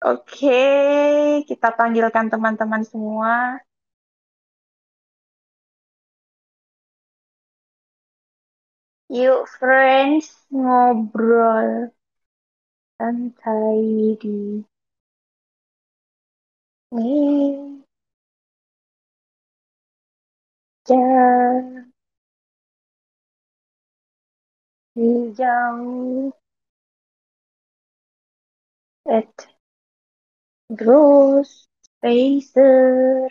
Oke, kita panggilkan teman-teman semua. Yuk, friends, ngobrol santai di meja hijau at Gross Spacer.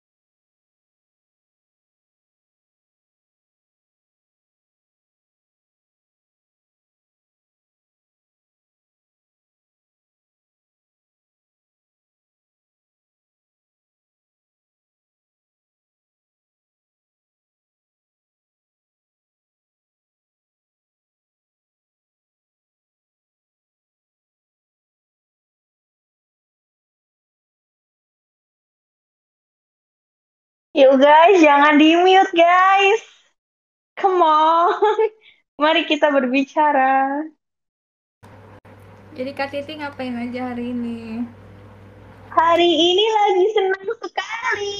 Yuk guys, jangan di-mute guys. Come on. Mari kita berbicara. Jadi Kak Titi ngapain aja hari ini? Hari ini lagi senang sekali.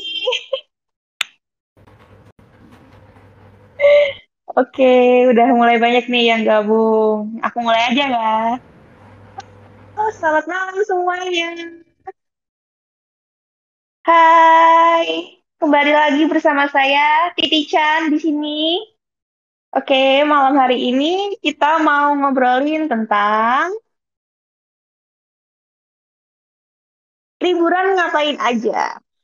Oke, udah mulai banyak nih yang gabung. Aku mulai aja ya. Oh, selamat malam semuanya. Hai, kembali lagi bersama saya Titi Chan di sini. Oke, malam hari ini kita mau ngobrolin tentang liburan ngapain aja.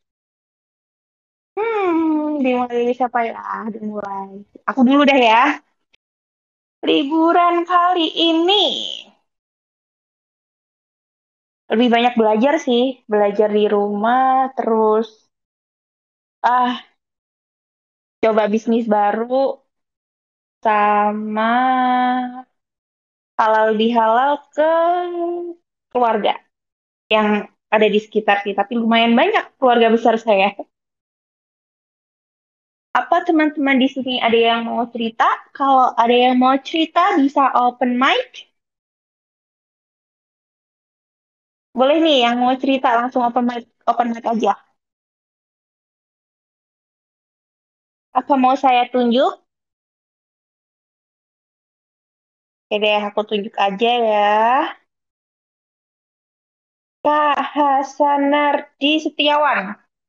Dimulai dari siapa ya? Dimulai. Aku dulu deh ya. Liburan kali ini lebih banyak belajar sih, belajar di rumah, terus coba bisnis baru sama halal bihalal ke keluarga yang ada di sekitar sih, tapi lumayan banyak keluarga besar saya. Apa teman-teman di sini ada yang mau cerita? Kalau ada yang mau cerita bisa open mic. Boleh nih yang mau cerita langsung open mic aja. Apa mau saya tunjuk? Oke deh, aku tunjuk aja ya. Kak Hasanardi Setiawan.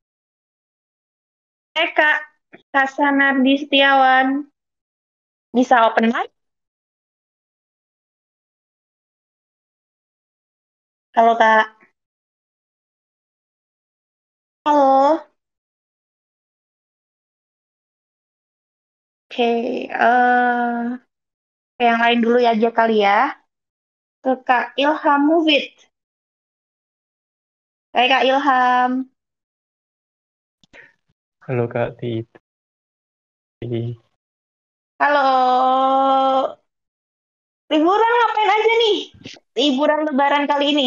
Kak Hasanardi Setiawan. Bisa open mic? Halo Kak. Halo. Oke, yang lain dulu ya aja kali ya. Ke Kak Ilham Mufid. Hai Kak Ilham. Halo Kak Titi. Halo. Liburan ngapain aja nih? Liburan Lebaran kali ini.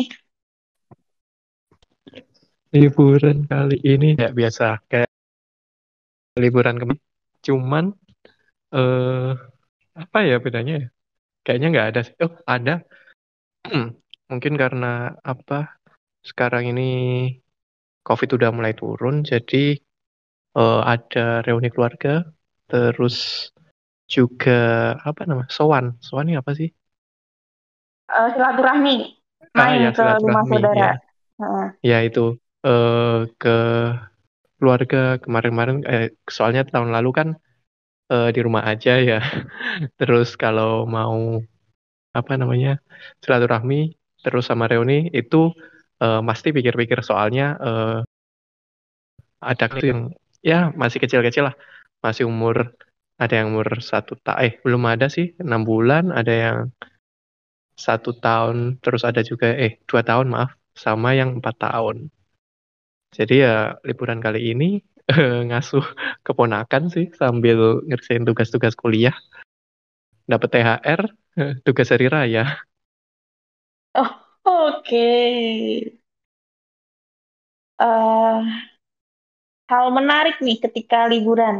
Liburan kali ini ya biasa kayak liburan kemarin. Cuman eh apa ya bedanya ya? Kayaknya nggak ada sih. Oh ada. Mungkin karena apa? Sekarang ini COVID udah mulai turun, jadi ada reuni keluarga. Terus juga apa nama? Sowan. Sowan ini apa sih? Silaturahmi. Ah Main ya ke rumah silaturahmi saudara. ya. Heeh. Ya itu ke keluarga kemarin-kemarin. Soalnya tahun lalu kan di rumah aja ya. Terus kalau mau apa namanya silaturahmi terus sama reuni itu pasti pikir-pikir soalnya ada tuh yang ya masih kecil-kecil lah, masih umur ada yang umur belum ada sih 6 bulan, ada yang 1 tahun, terus ada juga 2 tahun maaf, sama yang 4 tahun. Jadi ya liburan kali ini ngasuh keponakan sih sambil ngerjain tugas-tugas kuliah, dapat THR, tugas hari raya. Oh, oke. eh Hal menarik nih ketika liburan.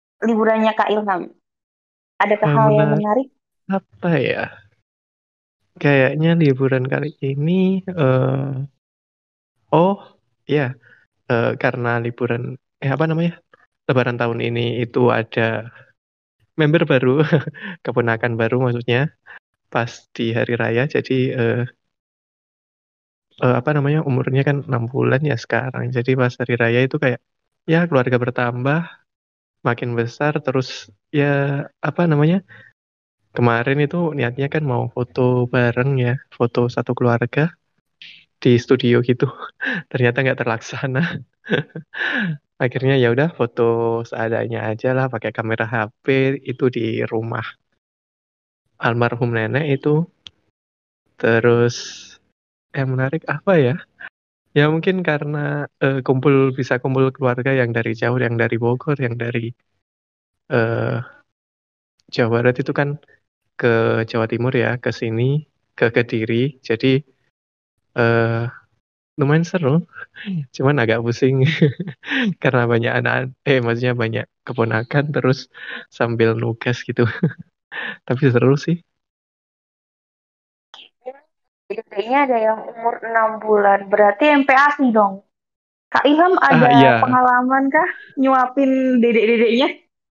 Liburannya Kak Ilham. Adakah Hal hal yang menarik menarik? apa ya? kayaknya liburan kali ini, oh ya, karena liburan, apa namanya, Lebaran tahun ini itu ada member baru, keponakan baru maksudnya, pas di hari raya. Jadi apa namanya, umurnya kan 6 bulan ya sekarang. Jadi pas hari raya itu kayak ya keluarga bertambah, makin besar. Terus ya apa namanya, kemarin itu niatnya kan mau foto bareng ya, foto satu keluarga di studio gitu. Ternyata nggak terlaksana. Akhirnya ya udah foto seadanya aja lah, pakai kamera HP itu di rumah almarhum nenek itu. Terus yang menarik apa ya? Ya mungkin karena bisa kumpul keluarga yang dari jauh, yang dari Bogor, yang dari eh, Jawa Barat itu kan ke Jawa Timur ya, ke sini, ke Kediri. Jadi eh, lumayan seru, cuman agak pusing karena banyak anak, maksudnya banyak keponakan terus sambil nugas gitu. Tapi seru sih. Dedeknya ada yang umur 6 bulan. Berarti MPASI dong. Kak Ilham Ah ada iya, pengalaman kah nyuapin dedek-dedeknya?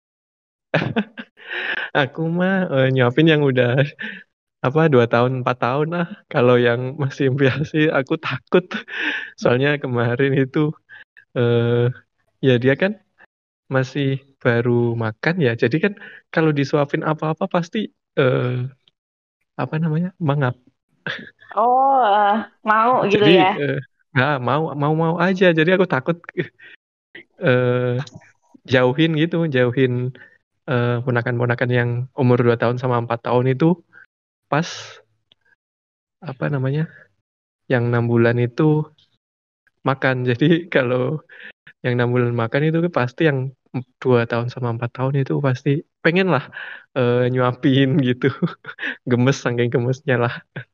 aku mah nyuapin yang udah apa 2 tahun 4 tahun lah. Kalau yang masih biasa aku takut. Soalnya kemarin itu eh ya dia kan masih baru makan ya. Jadi kan kalau disuapin apa-apa pasti eh apa namanya, mangap. Oh, mau gitu Jadi ya. nggak mau aja. Jadi aku takut eh jauhin gitu, jauhin ponakan-ponakan yang umur 2 tahun sama 4 tahun itu pas apa namanya, yang 6 bulan itu makan. Jadi kalau yang 6 bulan makan itu pasti yang 2 tahun sama 4 tahun itu pasti pengen lah nyuapin gitu. Gemes, saking gemesnya lah.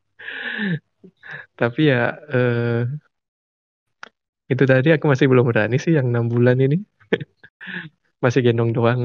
Tapi ya itu tadi aku masih belum berani sih yang 6 bulan ini. Masih gendong doang.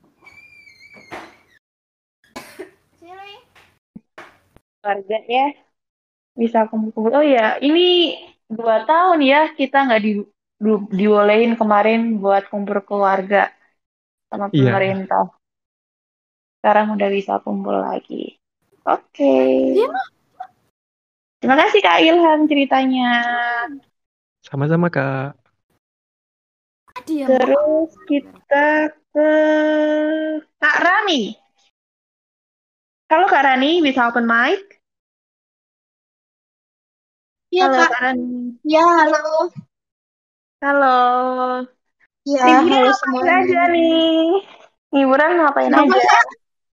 Keluarga ya bisa kumpul. Oh ya, ini 2 tahun ya kita nggak dibolehin kemarin buat kumpul keluarga sama Iya, pemerintah. Sekarang udah bisa kumpul lagi. Oke. Dia Terima kasih Kak Ilham ceritanya. sama-sama Kak. mah dia mah. Terus kita ke Kak Rani. Halo Kak Rani, bisa open mic? Iya Halo Kak, Kak Rani. ya halo. Halo. Iya, Liburan halo ngapain semuanya. aja nih? Liburan ngapain Kenapa aja? Kak?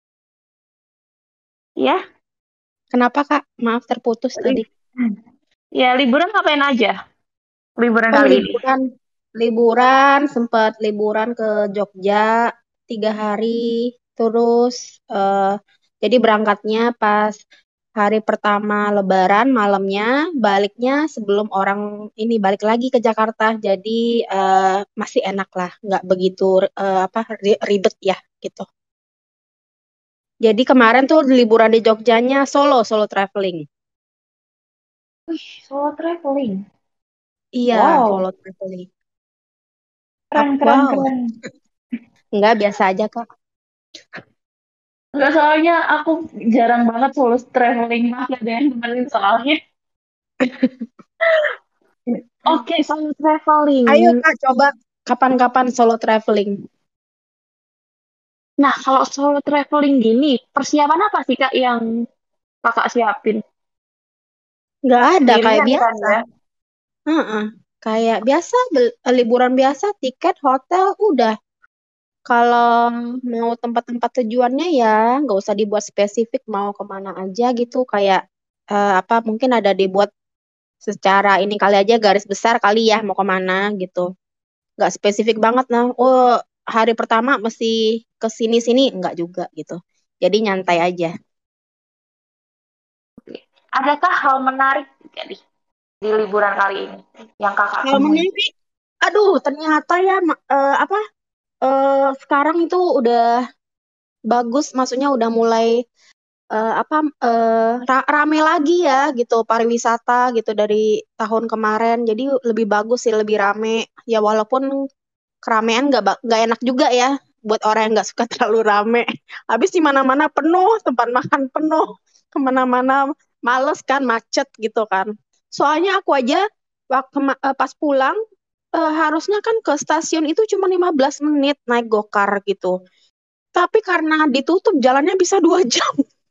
Ya, Kenapa Kak? Maaf terputus tadi. li- ya liburan ngapain aja? Liburan Oh kali ini. liburan, liburan sempat liburan ke Jogja 3 hari. Terus eh, jadi berangkatnya pas hari pertama Lebaran malamnya, baliknya sebelum orang ini balik lagi ke Jakarta. Jadi masih enak lah, nggak begitu apa ribet ya gitu. Jadi kemarin tuh liburan di Jogjanya solo, solo traveling. Wih, solo traveling. Iya, Wow, solo traveling. keren, keren, Wow, keren. enggak biasa aja Kak. Enggak, soalnya aku jarang banget solo traveling. Mas ada yang temenin soalnya. Oke, solo Ayo traveling. Kak, coba kapan-kapan solo traveling. Nah, kalau solo traveling gini, persiapan apa sih Kak yang Kakak siapin? Enggak ada, kayak Sendirian kan biasa. ya? Heeh. Kayak biasa, liburan biasa, tiket, hotel, udah. Kalau mau tempat-tempat tujuannya ya nggak usah dibuat spesifik mau kemana aja gitu. Kayak apa mungkin ada dibuat secara ini kali aja garis besar kali ya mau kemana gitu. Nggak spesifik banget nah. Oh hari pertama mesti ke sini-sini nggak juga gitu. Jadi nyantai aja. Adakah hal menarik nggak nih di liburan kali ini yang Kakak Kalau temui? menarik, aduh ternyata ya apa sekarang itu udah bagus, maksudnya udah mulai rame lagi ya gitu pariwisata gitu dari tahun kemarin. Jadi lebih bagus sih, lebih rame. Ya walaupun keramaian nggak enak juga ya buat orang yang nggak suka terlalu rame. Habis di mana-mana penuh, tempat makan penuh, kemana-mana males kan, macet gitu kan. Soalnya aku aja pas pulang harusnya kan ke stasiun itu cuma 15 menit naik gokar gitu. Tapi karena ditutup jalannya bisa 2 jam.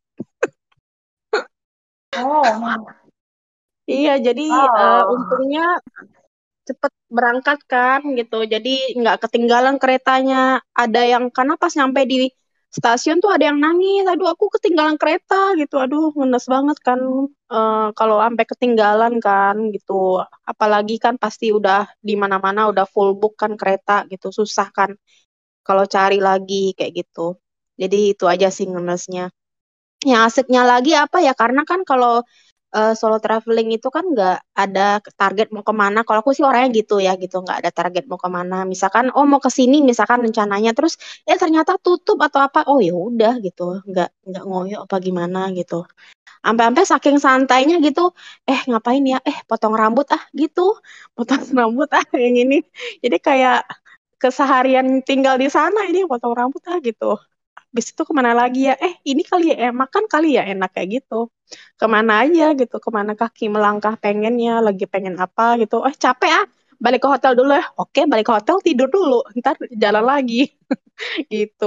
Oh, mantap. Iya, jadi Oh. untungnya cepet berangkat kan gitu. Jadi nggak ketinggalan keretanya. Ada yang karena pas nyampe di stasiun tuh ada yang nangis. Aduh, aku ketinggalan kereta gitu. Aduh, ngenes banget kan kalau sampai ketinggalan kan gitu. Apalagi kan pasti udah di mana-mana udah full book kan kereta gitu. Susah kan kalau cari lagi kayak gitu. Jadi itu aja sih ngenesnya. Yang asiknya lagi apa ya? Karena kan kalau solo traveling itu kan nggak ada target mau kemana. Kalau aku sih orangnya gitu ya, gitu nggak ada target mau kemana. Misalkan, oh mau ke sini, misalkan rencananya, terus ternyata tutup atau apa, oh ya udah gitu, nggak ngoyo apa gimana gitu. Sampai-sampai saking santainya gitu, ngapain ya, potong rambut gitu, potong rambut yang ini. Jadi kayak keseharian tinggal di sana ini potong rambut gitu. Habis itu kemana lagi ya? Ini kali ya, makan kali ya enak kayak gitu. Kemana aja gitu, kemana kaki melangkah pengennya, lagi pengen apa gitu. Capek balik ke hotel dulu ya. Oke, balik ke hotel tidur dulu, ntar jalan lagi gitu.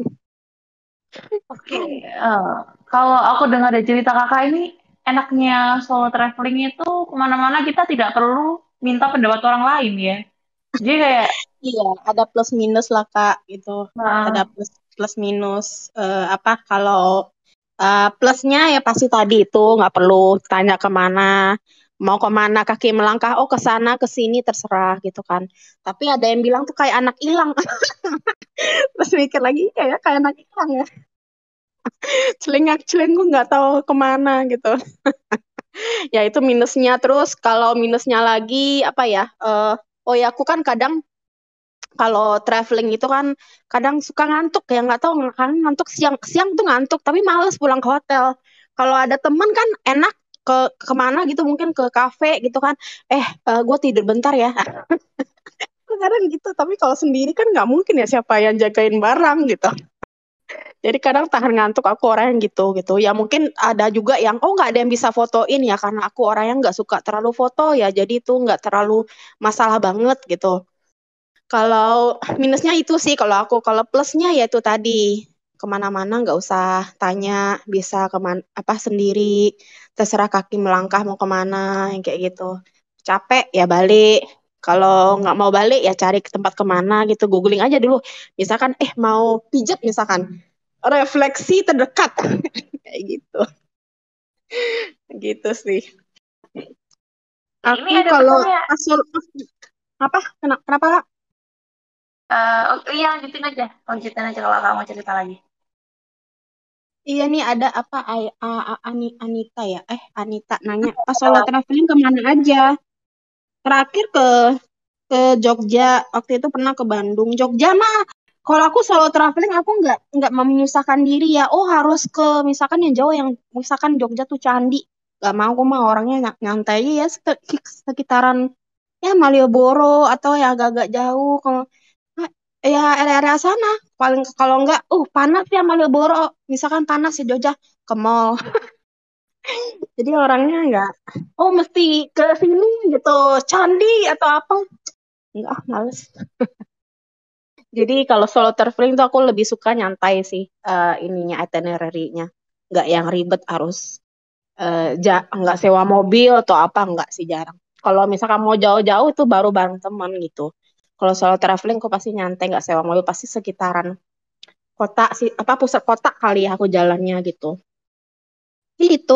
Oke, kalau aku dengar dari cerita kakak ini, enaknya solo traveling itu kemana-mana kita tidak perlu minta pendapat orang lain ya. Jadi kayak, Iya, ada plus minus lah Kak gitu. Ada nah, plus plus minus apa kalau plusnya ya pasti tadi itu nggak perlu tanya kemana, mau kemana kaki melangkah, oh ke sana ke sini terserah gitu kan. Tapi ada yang bilang tuh kayak anak hilang. Terus mikir lagi kayak anak hilang ya. Celengak celengku nggak tahu kemana gitu. Ya itu minusnya. Terus kalau minusnya lagi apa ya? Oh ya aku kan kadang kalau traveling itu kan kadang suka ngantuk ya nggak tahu kan ngantuk siang siang tuh ngantuk tapi males pulang ke hotel. Kalau ada teman kan enak kemana gitu mungkin ke kafe gitu kan. Gue tidur bentar ya. Kadang gitu tapi kalau sendiri kan nggak mungkin ya siapa yang jagain barang gitu. Jadi kadang tahan ngantuk aku orang yang gitu ya mungkin ada juga yang nggak ada yang bisa fotoin ya karena aku orang yang nggak suka terlalu foto ya jadi itu nggak terlalu masalah banget gitu. Kalau minusnya itu sih kalau aku, kalau plusnya ya itu tadi kemana-mana nggak usah tanya, bisa kemana apa sendiri, terserah kaki melangkah mau kemana yang kayak gitu. Capek ya balik. Kalau nggak mau balik ya cari ke tempat kemana gitu, googling aja dulu. Misalkan mau pijat misalkan refleksi terdekat kayak gitu, gitu sih. ini Aku ada kalau pesannya. asal apa kenapa Kak? Oh, iya, lanjutin aja kalau kakak mau cerita lagi. Iya nih ada apa Anita ya? Anita nanya pas solo traveling kemana aja? Terakhir ke Jogja. Waktu itu pernah ke Bandung. Jogja mah kalau aku solo traveling aku nggak mau menyusahkan diri ya. Oh harus ke misalkan yang jauh yang misalkan Jogja tuh Candi. Gak mau aku mah orangnya nyantai aja ya sekitaran ya Malioboro atau ya agak-agak jauh. Kalau ya area-area sana paling kalau enggak panas ya Malioboro misalkan panas ya Jogja ke mall. Jadi orangnya enggak, mesti ke sini gitu, candi atau apa. Enggak, males. Jadi kalau solo traveling tuh aku lebih suka nyantai sih ininya itinerary-nya. Enggak yang ribet harus enggak sewa mobil atau apa, enggak sih jarang. Kalau misalkan mau jauh-jauh itu baru bareng teman gitu. Kalau solo traveling aku pasti nyantai, enggak sewa mobil, pasti sekitaran kota sih, apa pusat kota kali ya aku jalannya gitu. Itu.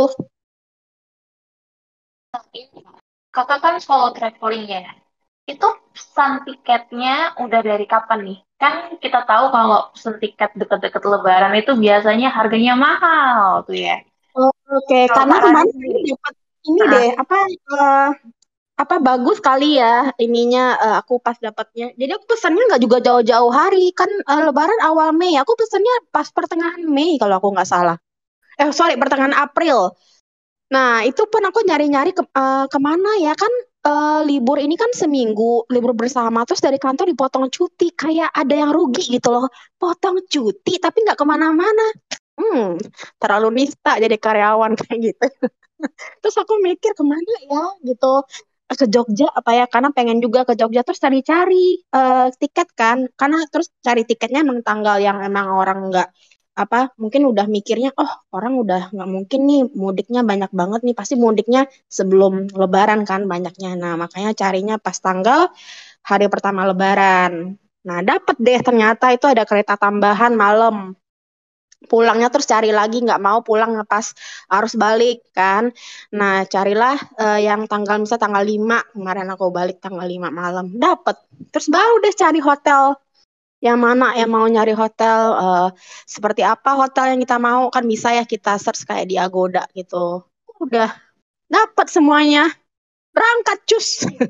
Kakak kan solo traveling ya. Itu pesan tiketnya udah dari kapan nih? Kan kita tahu kalau pesan tiket deket-deket Lebaran itu biasanya harganya mahal tuh ya. Oh, oke, Kalau karena Kak Rani kemarin aku sendiri. dapat ini Nah, deh, apa bagus kali ya ininya aku pas dapatnya. Jadi aku pesannya nggak juga jauh-jauh hari, kan Lebaran awal Mei. Aku pesannya pas pertengahan Mei kalau aku nggak salah. Sorry, pertengahan April. Nah, itu pun aku nyari-nyari kemana ya kan, libur ini kan seminggu, libur bersama, terus dari kantor dipotong cuti, kayak ada yang rugi gitu loh. Potong cuti tapi nggak kemana-mana. Terlalu nista jadi karyawan kayak gitu. Terus aku mikir kemana ya gitu, ke Jogja apa ya, karena pengen juga ke Jogja, terus cari-cari tiket kan, karena terus cari tiketnya emang tanggal yang emang orang nggak apa, mungkin udah mikirnya oh orang udah nggak mungkin nih mudiknya banyak banget nih, pasti mudiknya sebelum Lebaran kan banyaknya. Nah makanya carinya pas tanggal hari pertama Lebaran. Nah dapet deh, ternyata itu ada kereta tambahan malam. Pulangnya terus cari lagi, nggak mau pulang pas arus balik kan. Nah carilah yang tanggal, misalnya tanggal 5 kemarin aku balik tanggal 5 malam dapet. Terus baru deh cari hotel yang mana, yang mau nyari hotel seperti apa hotel yang kita mau, kan bisa ya kita search kayak di Agoda gitu. Udah dapet semuanya, berangkat cus.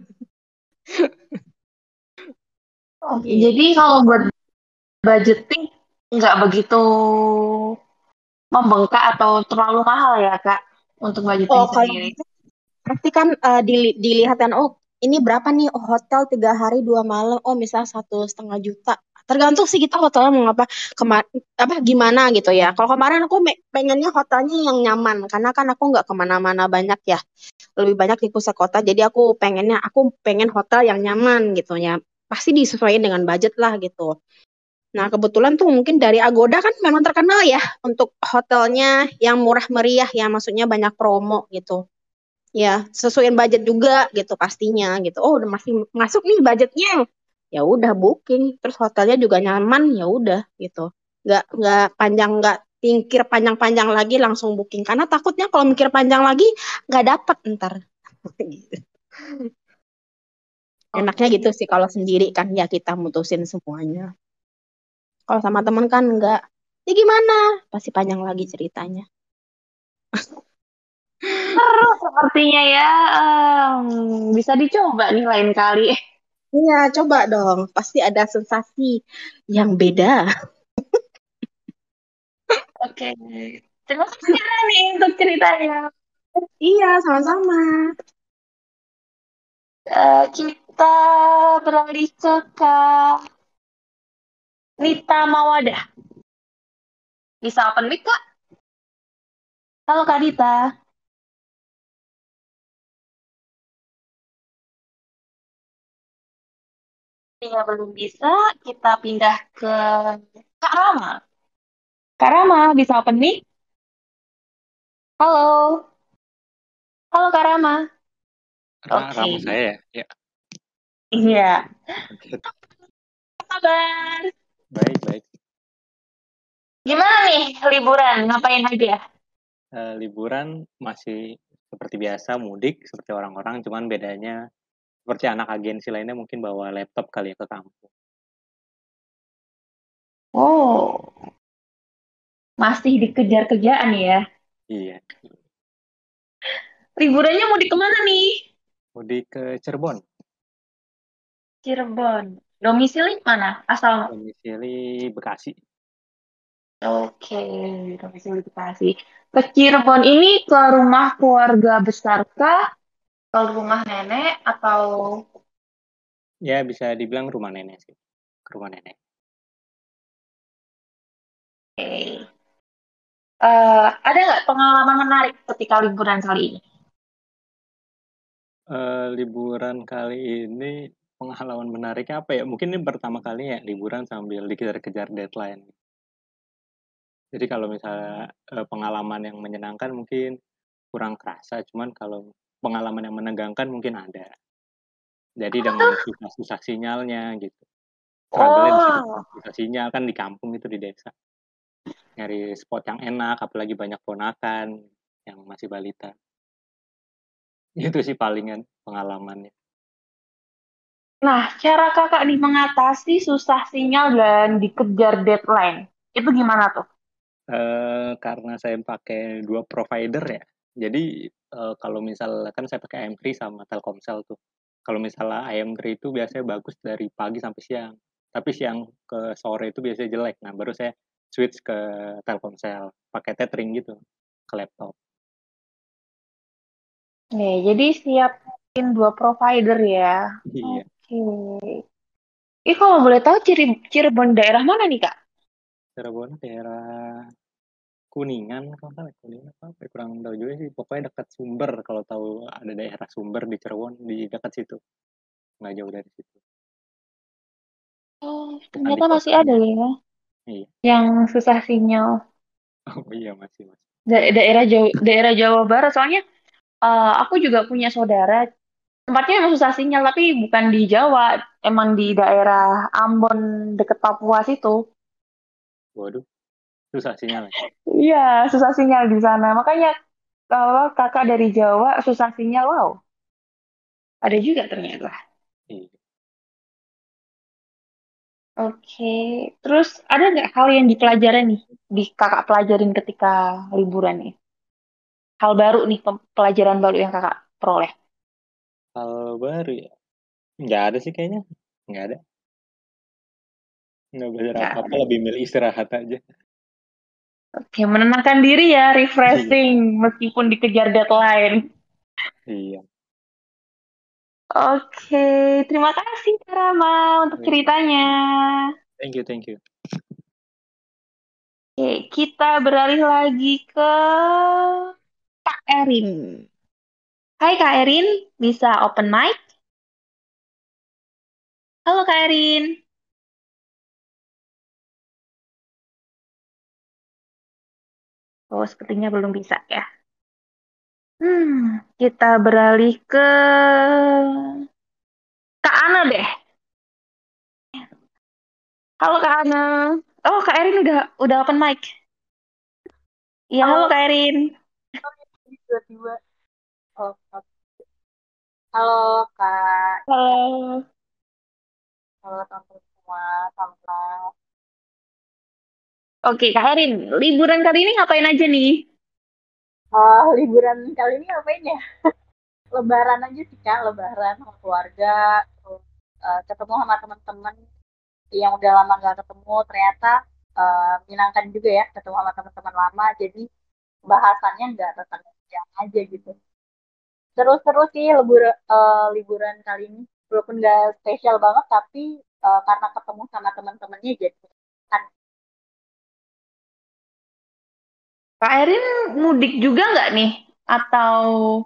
Oke, Gitu. jadi kalau buat budgeting nggak begitu membengkak atau terlalu mahal ya, Kak, untuk Oh budgeting kalau sendiri. pasti kan dilihat kan, oh ini berapa nih, oh hotel 3 hari 2 malam, oh misal 1,5 juta. Tergantung sih kita hotelnya mau apa, apa gimana gitu ya. Kalau kemarin aku pengennya hotelnya yang nyaman, karena kan aku nggak kemana-mana banyak ya, lebih banyak di pusat kota. Jadi aku pengen hotel yang nyaman gitu ya. Pasti disesuaikan dengan budget lah gitu. Nah kebetulan tuh mungkin dari Agoda kan memang terkenal ya untuk hotelnya yang murah meriah ya, maksudnya banyak promo gitu. Ya sesuaiin budget juga gitu pastinya gitu, oh udah masih masuk nih budgetnya, ya udah booking, terus hotelnya juga nyaman, ya udah gitu, nggak panjang, nggak pikir panjang-panjang lagi langsung booking, karena takutnya kalau mikir panjang lagi nggak dapet ntar. Enaknya Oke. gitu sih kalau sendiri kan, ya kita mutusin semuanya. Kalau sama temen kan nggak, ya gimana, pasti panjang lagi ceritanya. Seru sepertinya ya. Bisa dicoba nih lain kali. Iya coba dong, pasti ada sensasi yang beda. Oke. Terima kasih Rani untuk ceritanya. Iya sama-sama. Kita beralih ke Kak Nita Mawadah. Bisa open mic, Kak? Halo, Kak Nita. Jika belum bisa, kita pindah ke Kak Rama. Kak Rama, bisa open mic? Halo. Halo, Kak Rama. Rama Oke. saya ya? Ya, Iya. oke. Apa kabar? Baik, baik. Gimana nih liburan? Ngapain aja? Liburan masih seperti biasa, mudik seperti orang-orang, cuman bedanya seperti anak agensi lainnya mungkin bawa laptop kali ya ke kampung. Oh, masih dikejar kerjaan ya? Iya, Liburannya mau di kemana nih? mudik ke Cirebon, Cirebon. Domisili mana? Asal. domisili Bekasi. Oke, domisili Bekasi. Ke Cirebon ini ke rumah keluarga besar kah? Ke rumah nenek atau... Ya, bisa dibilang rumah nenek sih, ke rumah nenek. Oke. Ada nggak pengalaman menarik ketika liburan kali ini? Liburan kali ini pengalaman menariknya apa ya? Mungkin ini pertama kalinya ya liburan sambil dikejar-kejar deadline. Jadi kalau misalnya pengalaman yang menyenangkan mungkin kurang kerasa, cuman kalau pengalaman yang menegangkan mungkin ada. Jadi Apa dengan tuh? susah-susah sinyalnya gitu. Struggle-nya di situ, Oh, susah sinyal kan di kampung itu di desa. Nyari spot yang enak, apalagi banyak ponakan yang masih balita. Itu sih palingan pengalamannya. nah cara kakak nih mengatasi susah sinyal dan dikejar deadline. Itu gimana tuh? Karena saya pakai dua provider ya. Jadi kalau misalkan saya pakai AM3 sama Telkomsel tuh. Kalau misalnya AM3 itu biasanya bagus dari pagi sampai siang. Tapi siang ke sore itu biasanya jelek. Nah, baru saya switch ke Telkomsel, pakai tethering gitu ke laptop. Nih, jadi siapin 2 provider ya. Iya, Oke. Ih, kalau boleh tahu Cirebon daerah mana nih, Kak? Cirebon daerah Kuningan, kalau nggak salah Kuningan apa ya, kurang tahu juga sih. Pokoknya dekat Sumber, kalau tahu ada daerah Sumber di Cirebon, di dekat situ, nggak jauh dari situ. Oh, Dekat di ternyata masih ada kotanya. ya Iya, yang susah sinyal. oh iya masih. Daerah Jawa Barat. Soalnya aku juga punya saudara. Tempatnya emang susah sinyal, tapi bukan di Jawa. Emang di daerah Ambon deket Papua situ. Waduh, susah sinyal. Iya, susah sinyal di sana. Makanya kalau kakak dari Jawa susah sinyal, wow. Ada juga ternyata. Iya. Oke, terus ada nggak hal yang dipelajarin nih, di kakak pelajarin ketika liburan nih? Hal baru nih, pelajaran baru yang kakak peroleh. Hal baru ya? Nggak ada sih kayaknya. Nggak ada. Nggak belajar Nggak apa-apa, ada. lebih milih istirahat aja. Oke, menenangkan diri ya, Iya. refreshing meskipun dikejar deadline. Iya. Oke, terima kasih Kak Rama untuk Iya, ceritanya. sama-sama. Thank you, thank you. Oke, kita beralih lagi ke Kak Erin. Hai Kak Erin, bisa open mic? Halo Kak Erin. Oh, sepertinya belum bisa ya. Kita beralih ke Kak Ana deh. Halo Kak Ana. Oh, Kak Erin udah open mic. Iya, halo Halo, Kak Erin. tiba-tiba. Oh, oh. Halo Kak, Halo. halo teman-teman semua, selamat malam. Oke, Kak Erin, liburan kali ini ngapain aja nih? Liburan kali ini ngapain ya? Lebaran aja sih Kak, lebaran sama keluarga, terus ketemu sama teman-teman yang udah lama nggak ketemu, ternyata menyenangkan juga ya ketemu sama teman-teman lama, jadi bahasannya nggak tentang yang aja gitu. Seru-seru sih liburan kali ini, walaupun nggak spesial banget, tapi karena ketemu sama teman-temannya jadi kan Kak Erin mudik juga nggak nih? Atau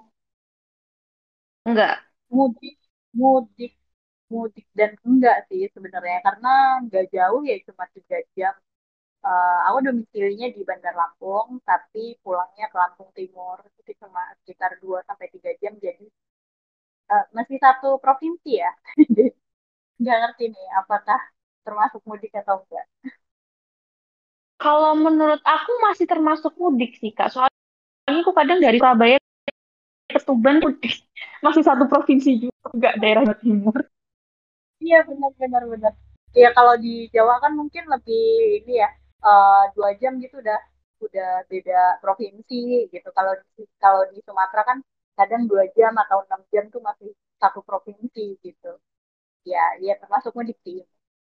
enggak? mudik, mudik, mudik dan enggak sih sebenarnya karena nggak jauh ya cuma 3 jam. Aku domisilinya di Bandar Lampung, tapi pulangnya ke Lampung Timur itu cuma sekitar 2 sampai 3 jam, jadi masih satu provinsi ya. Jadi nggak ngerti nih apakah termasuk mudik atau enggak. Kalau menurut aku masih termasuk mudik sih, Kak. Soalnya aku kadang dari Surabaya ke Tuban mudik. Masih satu provinsi juga, daerah Jawa Timur. Iya benar benar benar. Ya kalau di Jawa kan mungkin lebih ini ya, 2 jam gitu udah beda provinsi gitu. Kalau di Sumatera kan kadang 2 jam atau 6 jam tuh masih satu provinsi gitu. Ya ya termasuk mudik sih.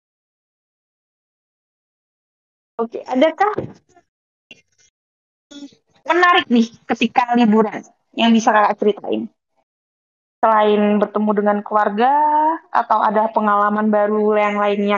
Oke, adakah menarik nih ketika liburan yang bisa kakak ceritain? Selain bertemu dengan keluarga atau ada pengalaman baru yang lainnya?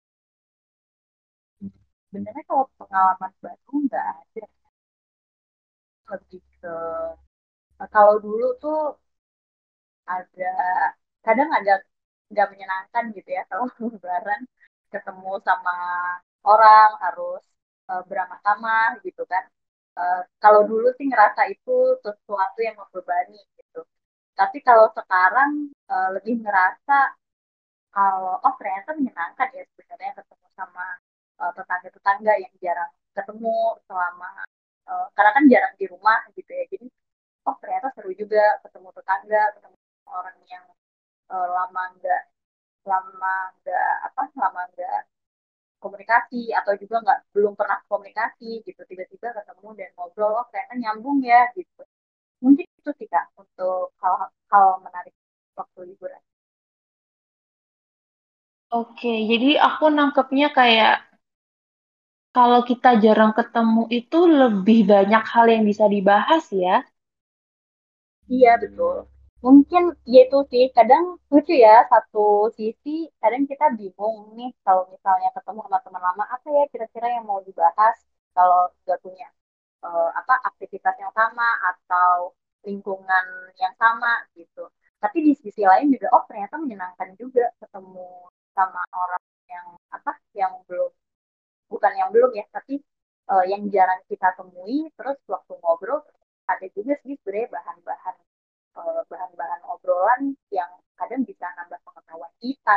Sebenarnya kalau pengalaman baru nggak ada, lebih ke kalau dulu tuh ada kadang ada nggak menyenangkan gitu ya kalau lebaran ketemu sama orang harus beramah-tamah gitu kan. Kalau dulu sih ngerasa itu sesuatu yang membebani gitu. Tapi kalau sekarang lebih ngerasa kalau oh ternyata menyenangkan ya sebenarnya ketemu sama tetangga-tetangga yang jarang ketemu selama karena kan jarang di rumah gitu ya. Jadi oh ternyata seru juga ketemu tetangga, ketemu orang yang lama nggak lama nggak komunikasi atau juga nggak belum pernah komunikasi gitu, tiba-tiba ketemu dan ngobrol oh ternyata nyambung ya gitu. Mungkin itu sih Kak untuk hal-hal menarik waktu liburan. Oke, jadi aku nangkepnya kayak kalau kita jarang ketemu itu lebih banyak hal yang bisa dibahas ya. Iya, betul. Mungkin ya itu sih, kadang lucu ya, satu sisi kadang kita bingung nih kalau misalnya ketemu sama teman lama, apa ya kira-kira yang mau dibahas kalau nggak punya apa aktivitas yang sama atau lingkungan yang sama gitu. Tapi di sisi lain juga, oh ternyata menyenangkan juga ketemu sama orang yang apa, yang belum, bukan yang belum ya, tapi yang jarang kita temui, terus waktu ngobrol ada juga sih sebenarnya bahan-bahan obrolan yang kadang bisa nambah pengetahuan kita.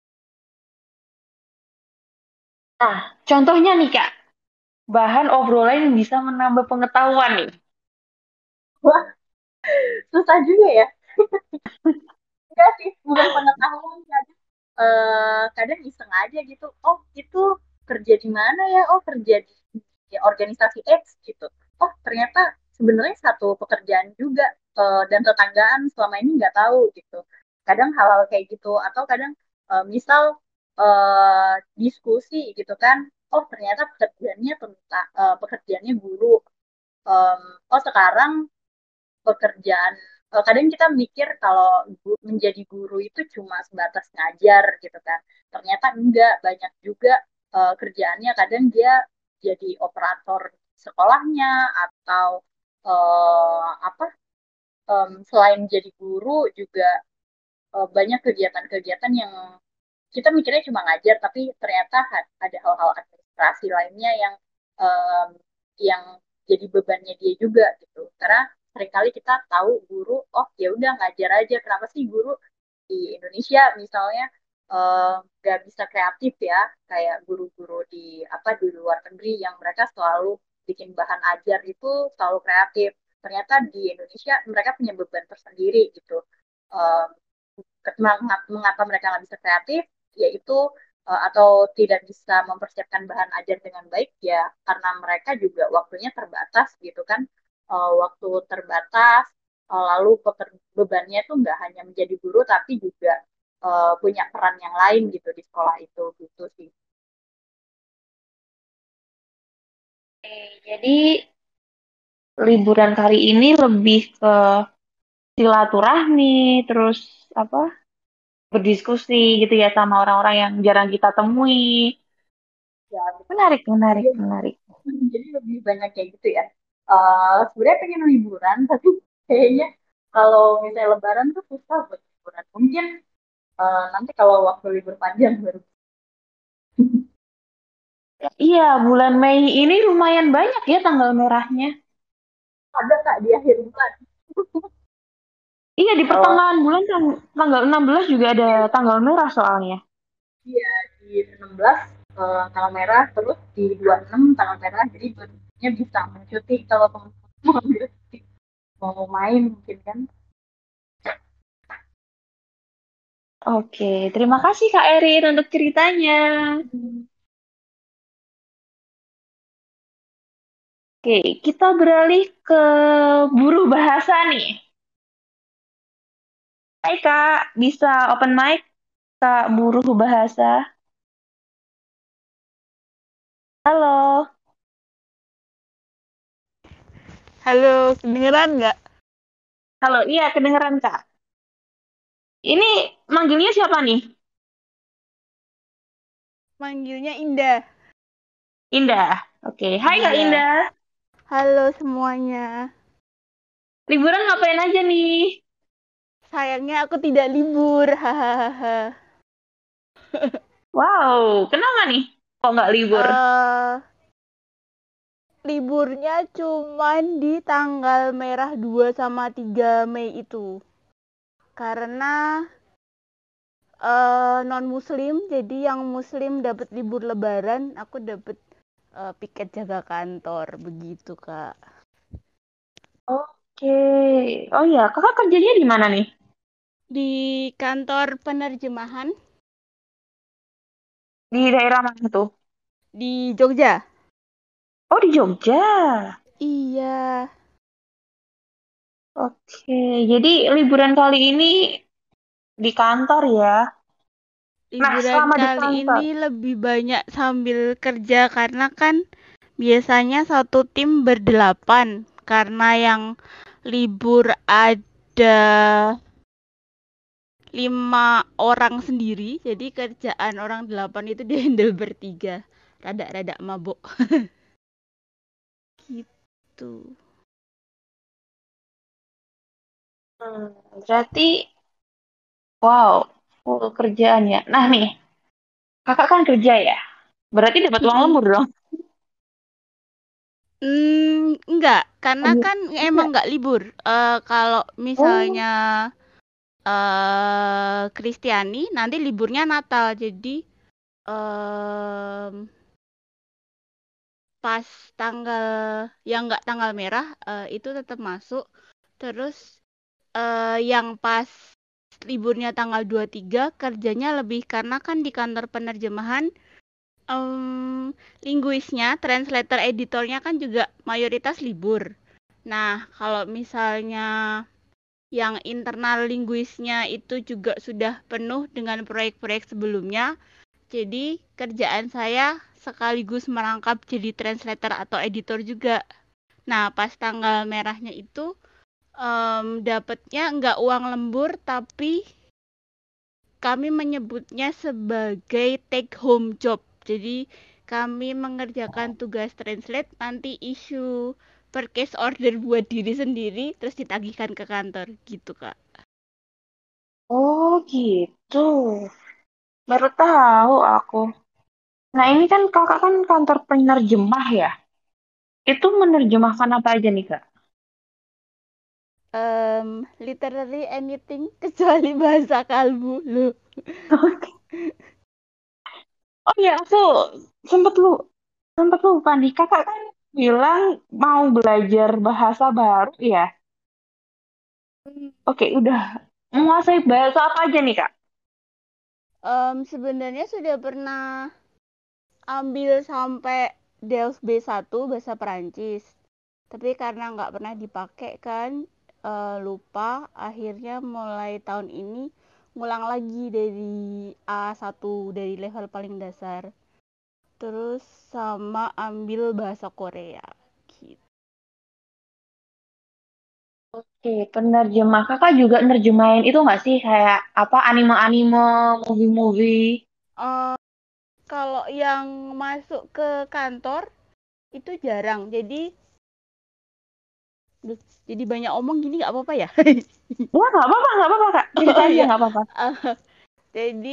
Nah, contohnya nih Kak, bahan obrolan yang bisa menambah pengetahuan nih. Wah, susah juga ya. Enggak sih, bukan pengetahuan, kadang kadang iseng aja gitu. Oh, itu kerja di mana ya? Oh, kerja di organisasi X gitu. Oh, ternyata sebenarnya satu pekerjaan juga, dan tetanggaan selama ini nggak tahu gitu. Kadang hal-hal kayak gitu, atau kadang misal diskusi gitu kan. Oh, ternyata pekerjaannya guru. Em, oh, sekarang pekerjaan, kadang kita mikir kalau menjadi guru itu cuma sebatas ngajar gitu kan, ternyata enggak, banyak juga kerjaannya, kadang dia jadi operator sekolahnya, atau apa, selain jadi guru juga banyak kegiatan-kegiatan yang kita mikirnya cuma ngajar, tapi ternyata ada hal-hal administrasi lainnya em, yang jadi bebannya dia juga gitu. Karena seringkali kita tahu guru, oh ya udah ngajar aja. Kenapa sih guru di Indonesia misalnya nggak bisa kreatif ya, kayak guru-guru di apa di luar negeri yang mereka selalu bikin bahan ajar itu selalu kreatif. Ternyata di Indonesia mereka punya beban tersendiri gitu. Em, mengapa mereka nggak bisa kreatif, yaitu atau tidak bisa mempersiapkan bahan ajar dengan baik, ya karena mereka juga waktunya terbatas gitu kan. Waktu terbatas, lalu bebannya tuh nggak hanya menjadi guru tapi juga punya peran yang lain gitu di sekolah itu gitu sih. Jadi liburan kali ini lebih ke silaturahmi, terus apa berdiskusi gitu ya sama orang-orang yang jarang kita temui. Ya, Menarik, menarik, jadi, menarik. jadi lebih banyak kayak gitu ya. Sebenarnya pengen liburan tapi kayaknya kalau misalnya Lebaran tuh susah buat liburan. Mungkin nanti kalau waktu libur panjang baru Iya, bulan Mei ini lumayan banyak ya tanggal merahnya. ada Kak di akhir bulan. Iya, di Kalau pertengahan bulan tanggal 16 juga ada tanggal merah soalnya. dia di 16 tanggal merah, terus di 26 tanggal merah, jadi dua bisa mencuti kalau teman-teman mau ambil cuti, mau main mungkin kan. Oke, terima kasih Kak Erin untuk ceritanya. Oke, kita beralih ke buruh bahasa nih. Hai Kak, bisa open mic Kak buruh bahasa? Halo. Halo, kedengeran nggak? Halo, iya kedengeran Kak. Ini manggilnya siapa nih? Manggilnya Indah. Indah. Oke, hai Kak Iya. Indah. Halo semuanya. Liburan ngapain aja nih? Sayangnya aku tidak libur. Hahaha. Wow, kenapa nih? Kok nggak libur? Eh, liburnya cuman di tanggal merah 2 sama 3 Mei itu. Karena non-muslim, jadi yang muslim dapat libur lebaran, aku dapat piket jaga kantor begitu, Kak. Oke. Oh ya, kakak kerjanya di mana nih? Di kantor penerjemahan Di daerah mana tuh? di Jogja. Oh, di Jogja. Iya. Oke, jadi liburan kali ini di kantor ya? Nah, Liburan selama di kali kantor. ini lebih banyak sambil kerja karena kan biasanya satu tim berdelapan karena yang libur ada 5 orang sendiri, jadi kerjaan orang 8 itu dihandle bertiga. Rada-rada mabuk gitu. Berarti, wow, full kerjaan ya. Nah nih, kakak kan kerja ya. Berarti dapat uang Mm-mm. lembur dong? Enggak, karena Enggak. kan emang Enggak. enggak libur. Kalau Oh, misalnya Kristiani nanti liburnya Natal, jadi em, pas tanggal yang enggak tanggal merah itu tetap masuk. Terus yang pas liburnya tanggal 23 kerjanya lebih karena kan di kantor penerjemahan linguisnya, translator editornya kan juga mayoritas libur. Nah, kalau misalnya yang internal linguisnya itu juga sudah penuh dengan proyek-proyek sebelumnya, jadi kerjaan saya sekaligus merangkap jadi translator atau editor juga. Nah, pas tanggal merahnya itu dapatnya nggak uang lembur, tapi kami menyebutnya sebagai take home job. Jadi kami mengerjakan tugas translate, nanti issue purchase order buat diri sendiri, terus ditagihkan ke kantor gitu, Kak. oh gitu. Baru tahu aku. Nah ini kan kakak kan kantor penerjemah ya. Itu menerjemahkan apa aja nih kak? Literally anything kecuali bahasa kalbu loh. Oh ya, aku sempet lu sempet lupa nih. Kakak kan bilang mau belajar bahasa baru ya. Oke, udah menguasai bahasa apa aja nih kak? Sebenarnya sudah pernah ambil sampai DELS B1 bahasa Perancis. Tapi karena nggak pernah dipakai kan, lupa, akhirnya mulai tahun ini ngulang lagi dari A1 dari level paling dasar. Terus sama ambil bahasa Korea. Gitu. Oke, penerjemah. Kakak juga nerjemahin itu nggak sih kayak apa anime-anime, movie-movie? Eh, Kalau yang masuk ke kantor itu jarang. Jadi banyak omong gini nggak apa-apa ya? Ya nggak apa-apa kak. Cerita Oh aja iya. nggak apa-apa. Jadi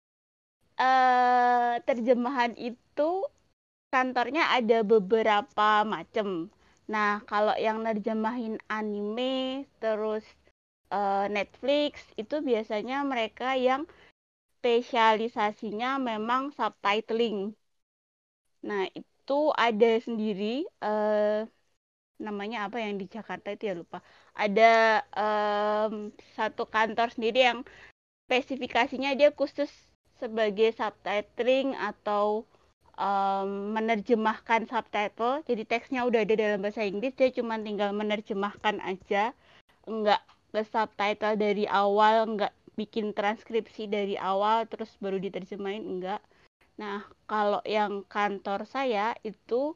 terjemahan itu kantornya ada beberapa macam. Nah, kalau yang nerjemahin anime, terus Netflix, itu biasanya mereka yang spesialisasinya memang subtitling. Nah, itu ada sendiri, namanya apa yang di Jakarta itu ya lupa. Ada satu kantor sendiri yang spesifikasinya dia khusus sebagai subtitling atau menerjemahkan subtitle. Jadi teksnya udah ada dalam bahasa Inggris, dia cuma tinggal menerjemahkan aja, enggak ke subtitle dari awal, enggak bikin transkripsi dari awal terus baru diterjemahin, enggak. Nah, kalau yang kantor saya itu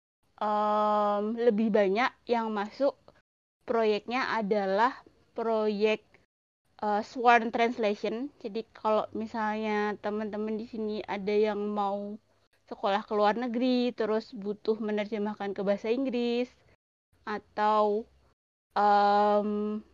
lebih banyak yang masuk proyeknya adalah proyek sworn translation. Jadi kalau misalnya teman-teman di sini ada yang mau sekolah ke luar negeri, terus butuh menerjemahkan ke bahasa Inggris, atau um,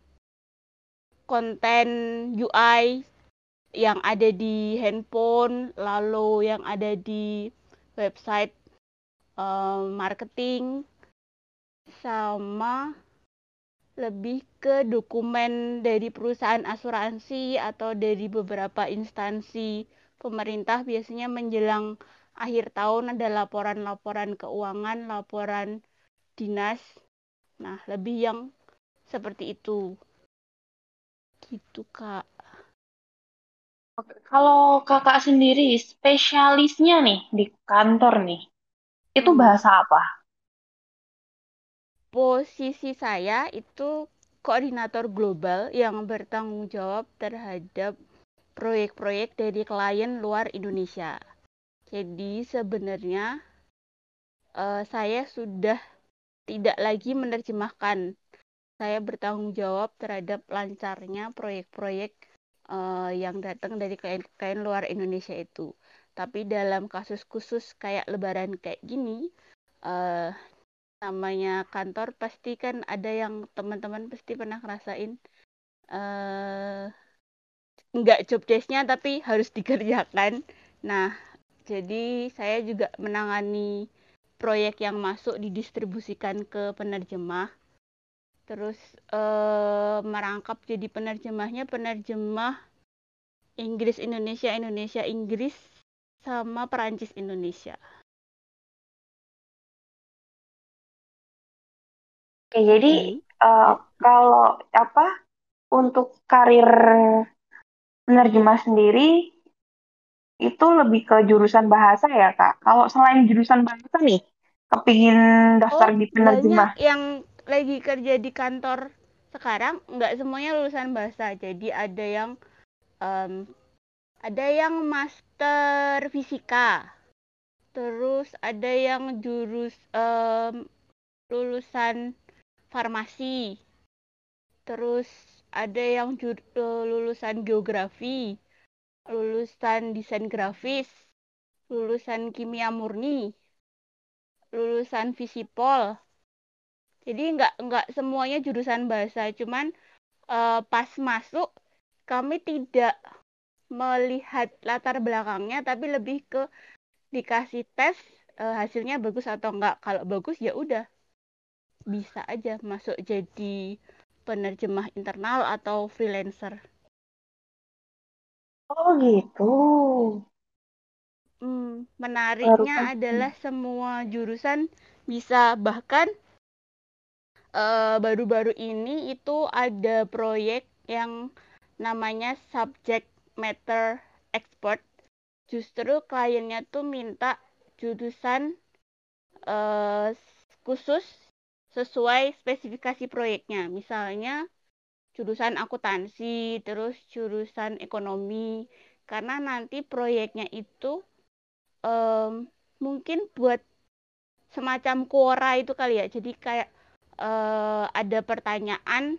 konten UI yang ada di handphone, lalu yang ada di website marketing, sama lebih ke dokumen dari perusahaan asuransi atau dari beberapa instansi pemerintah biasanya menjelang akhir tahun ada laporan-laporan keuangan, laporan dinas. Nah, lebih yang seperti itu. Gitu, Kak. Oke, kalau kakak sendiri spesialisnya nih di kantor nih, itu Hmm. bahasa apa? Posisi saya itu koordinator global yang bertanggung jawab terhadap proyek-proyek dari klien luar Indonesia. Jadi sebenarnya saya sudah tidak lagi menerjemahkan. Saya bertanggung jawab terhadap lancarnya proyek-proyek yang datang dari klien-klien luar Indonesia itu. Tapi dalam kasus khusus kayak lebaran kayak gini, namanya kantor pasti kan ada yang teman-teman pasti pernah ngerasain nggak job desk-nya tapi harus dikerjakan. Nah, jadi saya juga menangani proyek yang masuk didistribusikan ke penerjemah. Terus merangkap jadi penerjemahnya penerjemah Inggris Indonesia, Indonesia Inggris, sama Perancis Indonesia. Oke, jadi kalau untuk karir penerjemah sendiri itu lebih ke jurusan bahasa ya Kak. Kalau selain jurusan bahasa nih, kepingin daftar di banyak penerjemah. yang lagi kerja di kantor sekarang nggak semuanya lulusan bahasa. Jadi ada yang master fisika, terus ada yang lulusan farmasi, terus ada yang lulusan geografi, lulusan desain grafis, lulusan kimia murni, lulusan visipol. Jadi nggak semuanya jurusan bahasa, cuman pas masuk kami tidak melihat latar belakangnya, tapi lebih ke dikasih tes hasilnya bagus atau enggak. Kalau bagus ya udah bisa aja masuk jadi penerjemah internal atau freelancer. Oh gitu. Menariknya adalah semua jurusan bisa, bahkan baru-baru ini itu ada proyek yang namanya subject matter expert. Justru kliennya tuh minta jurusan khusus sesuai spesifikasi proyeknya. Misalnya jurusan akuntansi, terus jurusan ekonomi. Karena nanti proyeknya itu mungkin buat semacam Quora itu kali ya. Jadi kayak ada pertanyaan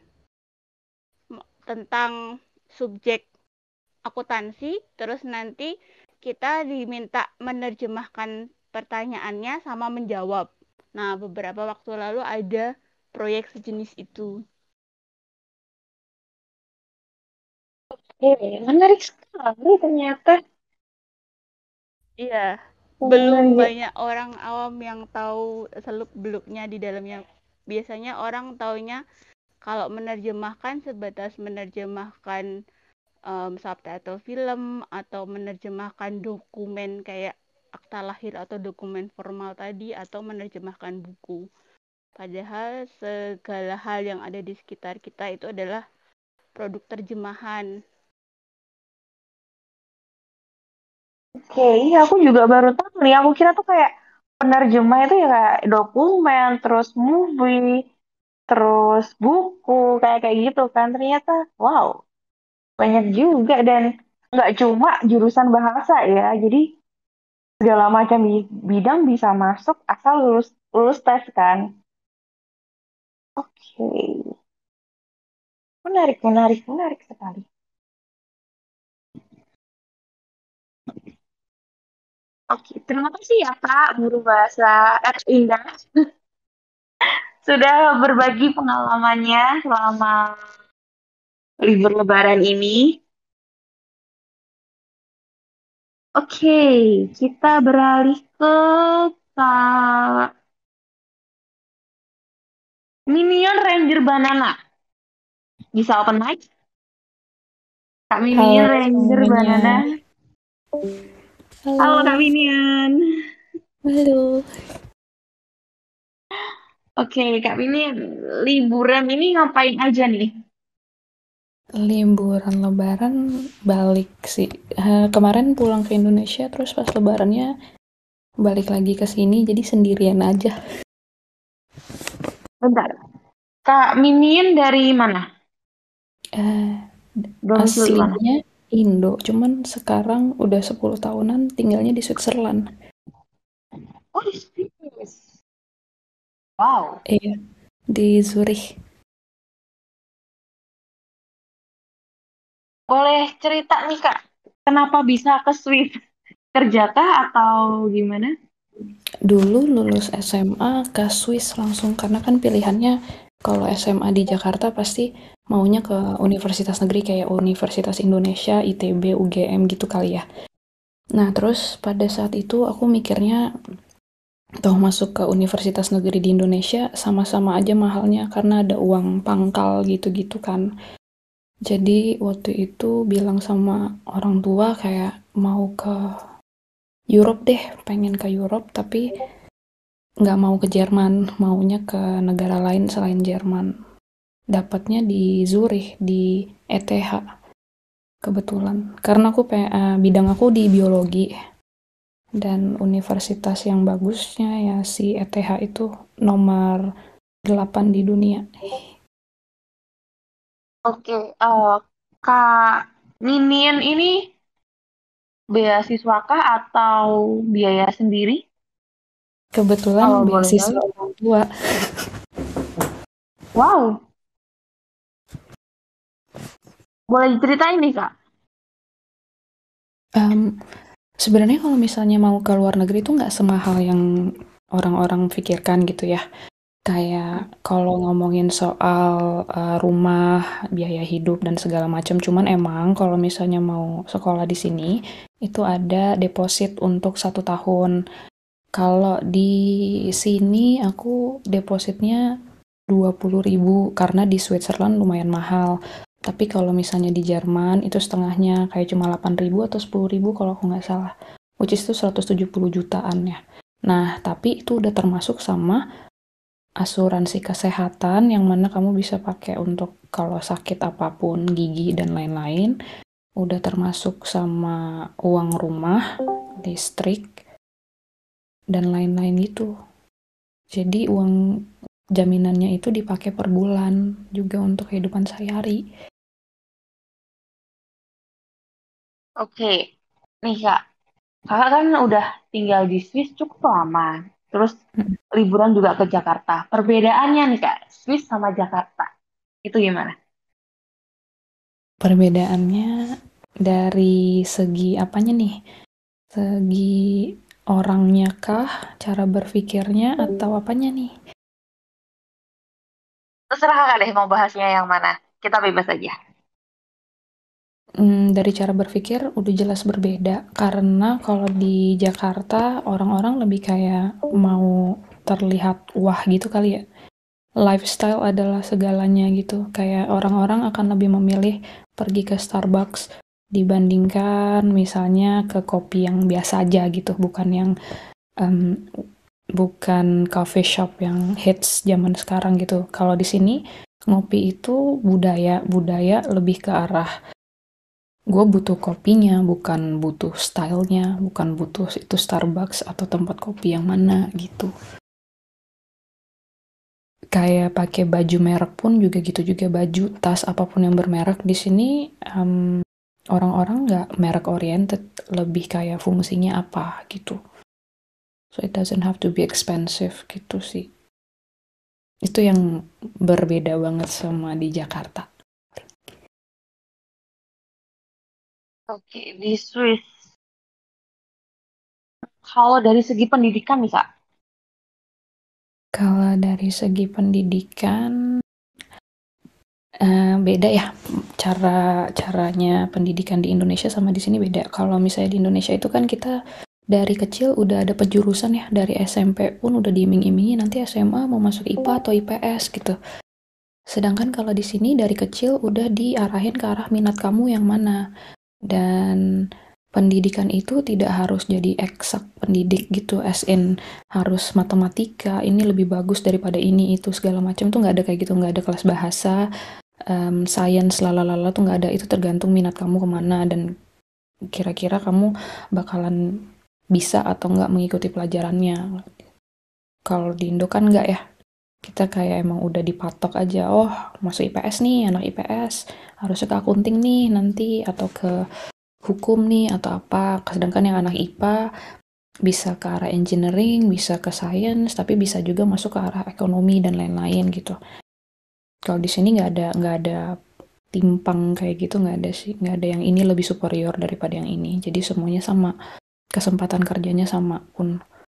tentang subjek akuntansi, terus nanti kita diminta menerjemahkan pertanyaannya sama menjawab. Nah, beberapa waktu lalu ada proyek sejenis itu. Menarik sekali ternyata. Iya, belum banyak orang awam yang tahu seluk-beluknya di dalamnya. Biasanya orang taunya kalau menerjemahkan sebatas menerjemahkan subtitle film atau menerjemahkan dokumen kayak akta lahir atau dokumen formal tadi, atau menerjemahkan buku. Padahal segala hal yang ada di sekitar kita itu adalah produk terjemahan. Oke, iya aku juga baru tahu nih. Aku kira tuh kayak penerjemah itu ya kayak dokumen, terus movie, terus buku, kayak kayak gitu kan. Ternyata, wow, banyak juga dan nggak cuma jurusan bahasa ya. Jadi segala macam bidang bisa masuk asal lulus lulus tes kan. Oke, menarik, menarik, menarik sekali. Oke, terima kasih ya Kak, guru bahasa Indah, sudah berbagi pengalamannya selama libur Lebaran ini. Oke, kita beralih ke Kak Minion Ranger Banana. Bisa open mic? Kak Minion Halo Ranger semuanya. Banana. Halo Kak Halo. Minion. Halo. Oke, Kak Minion, liburan ini ngapain aja nih? Liburan Lebaran balik sih. Kemarin pulang ke Indonesia, terus pas Lebarannya balik lagi ke sini, jadi sendirian aja. Bentar. Kak Minion dari mana? Aslinya Indo, cuman sekarang udah 10 tahunan tinggalnya di Switzerland. Oh, di Swiss. Wow. Iya, di Zurich. Boleh cerita nih Kak, kenapa bisa ke Swiss? Kerjakah atau gimana? Dulu lulus SMA ke Swiss langsung karena kan pilihannya kalau SMA di Jakarta pasti maunya ke universitas negeri kayak Universitas Indonesia, ITB, UGM gitu kali ya. Nah, terus pada saat itu aku mikirnya toh masuk ke universitas negeri di Indonesia sama-sama aja mahalnya karena ada uang pangkal gitu-gitu kan. Jadi waktu itu bilang sama orang tua kayak mau ke Europe deh, pengen ke Europe tapi nggak mau ke Jerman, maunya ke negara lain selain Jerman. Dapatnya di Zurich, di ETH kebetulan. Karena bidang aku di biologi dan universitas yang bagusnya ya si ETH itu nomor 8 di dunia. Oke, Kak Ninin ini beasiswa kah atau biaya sendiri? Kebetulan Kalau boleh beasiswa tahu. orang tua. Wow, boleh diceritain nih Kak? Sebenarnya kalau misalnya mau ke luar negeri itu nggak semahal yang orang-orang pikirkan gitu ya. Kayak kalau ngomongin soal rumah, biaya hidup dan segala macam, cuman emang kalau misalnya mau sekolah di sini itu ada deposit untuk 1 tahun. Kalau di sini aku depositnya 20.000 karena di Switzerland lumayan mahal. Tapi kalau misalnya di Jerman itu setengahnya kayak cuma 8.000 atau 10.000 kalau aku nggak salah. Which is itu 170 jutaan ya. Nah, tapi itu udah termasuk sama asuransi kesehatan yang mana kamu bisa pakai untuk kalau sakit apapun, gigi dan lain-lain. Udah termasuk sama uang rumah, listrik, dan lain-lain gitu. Jadi uang jaminannya itu dipakai per bulan juga untuk kehidupan sehari-hari. Oke, nih Kak, Kakak kan udah tinggal di Swiss cukup lama. Terus liburan juga ke Jakarta. Perbedaannya nih Kak, Swiss sama Jakarta. Itu gimana? Perbedaannya dari segi apanya nih? Segi orangnya kah? Cara berpikirnya atau apanya nih? Terserah Kakak deh mau bahasnya yang mana. Kita bebas aja. Dari cara berpikir udah jelas berbeda karena kalau di Jakarta orang-orang lebih kayak mau terlihat wah gitu kali ya. Lifestyle adalah segalanya gitu. Kayak orang-orang akan lebih memilih pergi ke Starbucks dibandingkan misalnya ke kopi yang biasa aja gitu, bukan coffee shop yang hits zaman sekarang gitu. Kalau di sini ngopi itu budaya lebih ke arah gue butuh kopinya, bukan butuh stylenya, bukan butuh itu Starbucks atau tempat kopi yang mana gitu. Kayak pakai baju merek pun juga gitu juga, baju tas apapun yang bermerek di sini orang-orang nggak merek oriented, lebih kayak fungsinya apa gitu. So it doesn't have to be expensive gitu sih. Itu yang berbeda banget sama di Jakarta. Oke, di Swiss. Kalau dari segi pendidikan nih Kak, Kalau dari segi pendidikan beda ya, caranya pendidikan di Indonesia sama di sini beda. Kalau misalnya di Indonesia itu kan kita dari kecil udah ada penjurusan ya, dari SMP pun udah diiming-imingi nanti SMA mau masuk IPA atau IPS gitu. Sedangkan kalau di sini dari kecil udah diarahin ke arah minat kamu yang mana. Dan pendidikan itu tidak harus jadi eksak pendidik gitu, as in harus matematika, ini lebih bagus daripada ini, itu segala macam tuh nggak ada kayak gitu, nggak ada kelas bahasa, science, lalalala tuh nggak ada, itu tergantung minat kamu kemana dan kira-kira kamu bakalan bisa atau nggak mengikuti pelajarannya. Kalau di Indo kan nggak ya, Kita kayak emang udah dipatok aja, oh masuk IPS nih, anak IPS harusnya ke akunting nih nanti, atau ke hukum nih, atau apa. Sedangkan yang anak IPA bisa ke arah engineering, bisa ke science, tapi bisa juga masuk ke arah ekonomi dan lain-lain gitu. Kalau di sini nggak ada timpang kayak gitu, nggak ada sih, nggak ada yang ini lebih superior daripada yang ini. Jadi semuanya sama, kesempatan kerjanya sama pun.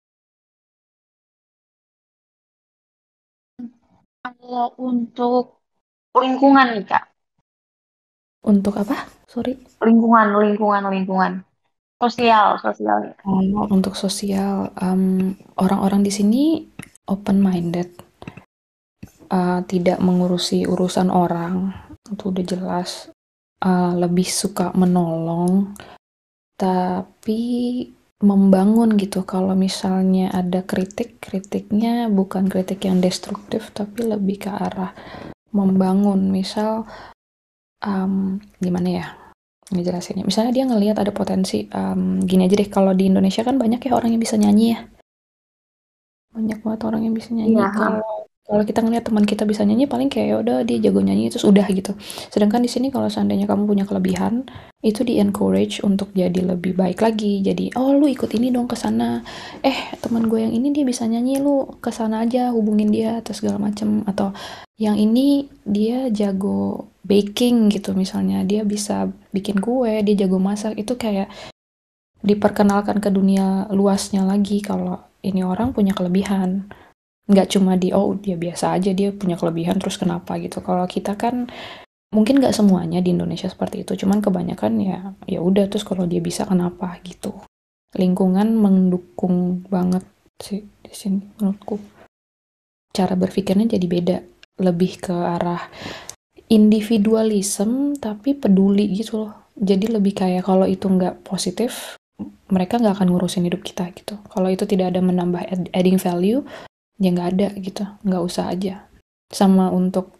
Kalau untuk lingkungan nih Kak, Untuk apa? Sorry. lingkungan. Sosial. Oh, untuk sosial, orang-orang di sini open minded, tidak mengurusi urusan orang, itu udah jelas. Lebih suka menolong, tapi membangun gitu. Kalau misalnya ada kritiknya bukan kritik yang destruktif, tapi lebih ke arah membangun. Misal, gimana ya ngejelasinnya? Misalnya dia ngelihat ada potensi, gini aja deh, kalau di Indonesia kan banyak ya orang yang bisa nyanyi ya. Banyak banget orang yang bisa nyanyi. Iya. Kalau kita ngeliat teman kita bisa nyanyi, paling kayak ya udah dia jago nyanyi terus udah gitu. Sedangkan di sini kalau seandainya kamu punya kelebihan, itu di encourage untuk jadi lebih baik lagi. Jadi, oh lu ikut ini dong ke sana. Teman gue yang ini dia bisa nyanyi, lu ke sana aja, hubungin dia atau segala macem. Atau yang ini dia jago baking gitu misalnya, dia bisa bikin kue, dia jago masak. Itu kayak diperkenalkan ke dunia luasnya lagi kalau ini orang punya kelebihan. Nggak cuma dia biasa aja, dia punya kelebihan terus kenapa gitu. Kalau kita kan mungkin nggak semuanya di Indonesia seperti itu, cuman kebanyakan ya udah, terus kalau dia bisa kenapa gitu. Lingkungan mendukung banget sih di sini menurutku. Cara berpikirnya jadi beda, lebih ke arah individualism tapi peduli gitu loh. Jadi lebih kayak kalau itu nggak positif, mereka nggak akan ngurusin hidup kita gitu. Kalau itu tidak ada menambah adding value, ya nggak ada gitu, nggak usah aja. Sama untuk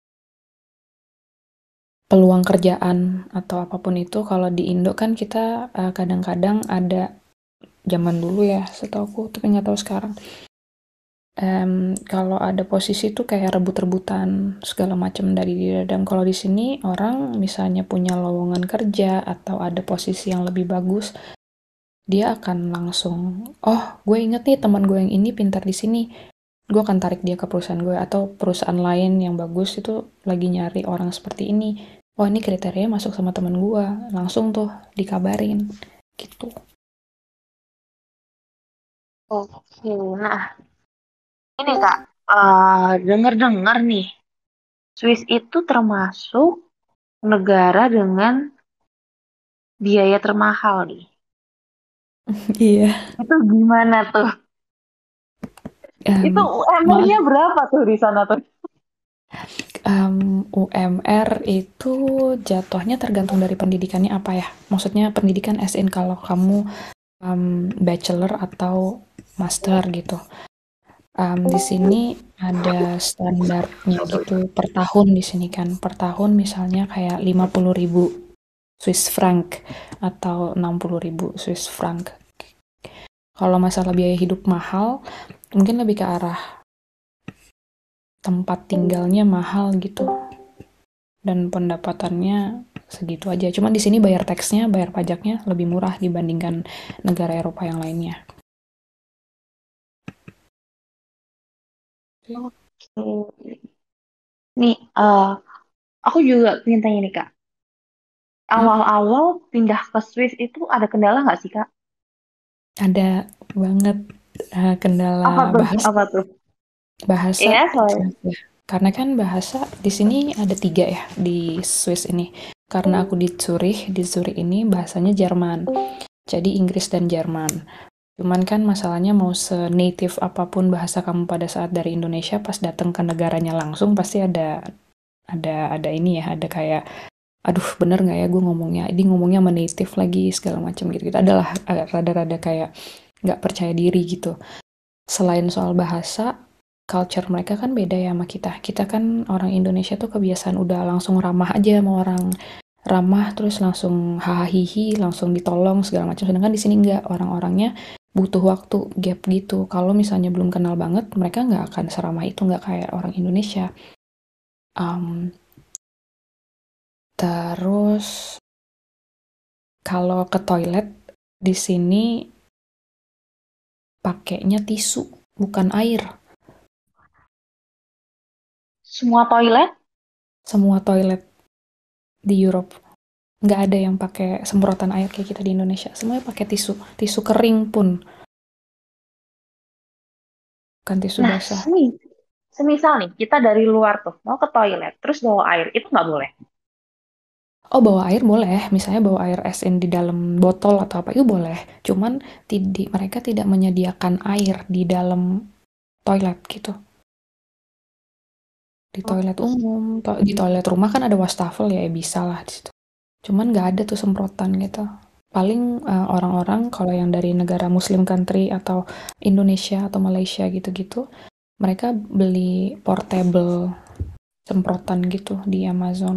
peluang kerjaan atau apapun itu, kalau di Indo kan kita kadang-kadang ada, zaman dulu ya setauku, tapi nggak tahu sekarang, kalau ada posisi tuh kayak rebut-rebutan segala macam dari didadang. Kalau di sini orang misalnya punya lowongan kerja atau ada posisi yang lebih bagus, dia akan langsung, oh gue inget nih teman gue yang ini pintar di sini, gue akan tarik dia ke perusahaan gue, atau perusahaan lain yang bagus itu lagi nyari orang seperti ini. Oh ini kriterianya masuk sama teman gue, langsung tuh dikabarin gitu. Oke, nah ini Kak, dengar nih, Swiss itu termasuk negara dengan biaya termahal nih. Iya. Itu gimana tuh? Itu UMR-nya berapa tuh di sana tuh? UMR itu jatuhnya tergantung dari pendidikannya apa ya. Maksudnya pendidikan as in kalau kamu bachelor atau master gitu. Di sini ada standarnya gitu per tahun di sini kan. Per tahun misalnya kayak 50.000 Swiss franc atau 60.000 Swiss franc. Kalau masalah biaya hidup mahal, mungkin lebih ke arah tempat tinggalnya mahal gitu. Dan pendapatannya segitu aja. Cuma di sini bayar taxnya, bayar pajaknya lebih murah dibandingkan negara Eropa yang lainnya. Oke. Nih, aku juga pengen tanya nih Kak. Awal-awal pindah ke Swiss itu ada kendala nggak sih Kak? Ada banget kendala bahasa. Apa tuh? Bahasa. Iya, Karena kan bahasa di sini ada 3 ya di Swiss ini. Karena aku di Zurich ini bahasanya Jerman. Jadi Inggris dan Jerman. Cuman kan masalahnya mau se-native apapun bahasa kamu pada saat dari Indonesia, pas datang ke negaranya langsung pasti ada ini ya, ada kayak, aduh bener nggak ya gue ngomongnya, ini ngomongnya sama native lagi segala macam gitu. Adalah rada-rada kayak nggak percaya diri gitu. Selain soal bahasa, culture mereka kan beda ya sama kita. Kita kan orang Indonesia tuh kebiasaan udah langsung ramah aja sama orang, ramah terus langsung hahihi, langsung ditolong segala macam. Sedangkan di sini enggak, orang-orangnya butuh waktu gap gitu. Kalau misalnya belum kenal banget, mereka nggak akan seramah itu, nggak kayak orang Indonesia. Um, terus kalau ke toilet di sini pakainya tisu, bukan air. Semua toilet? Semua toilet di Europe nggak ada yang pakai semprotan air kayak kita di Indonesia. Semuanya pakai tisu, tisu kering pun, bukan tisu Nah, basah. semisal nih, kita dari luar tuh, mau ke toilet, terus bawa air, itu nggak boleh. Oh, bawa air boleh, misalnya bawa air es in di dalam botol atau apa itu boleh. Cuman mereka tidak menyediakan air di dalam toilet gitu. Di toilet umum, di toilet rumah kan ada wastafel ya, bisa lah di situ. Cuman nggak ada tuh semprotan gitu. Paling orang-orang kalau yang dari negara Muslim country atau Indonesia atau Malaysia gitu-gitu, mereka beli portable semprotan gitu di Amazon.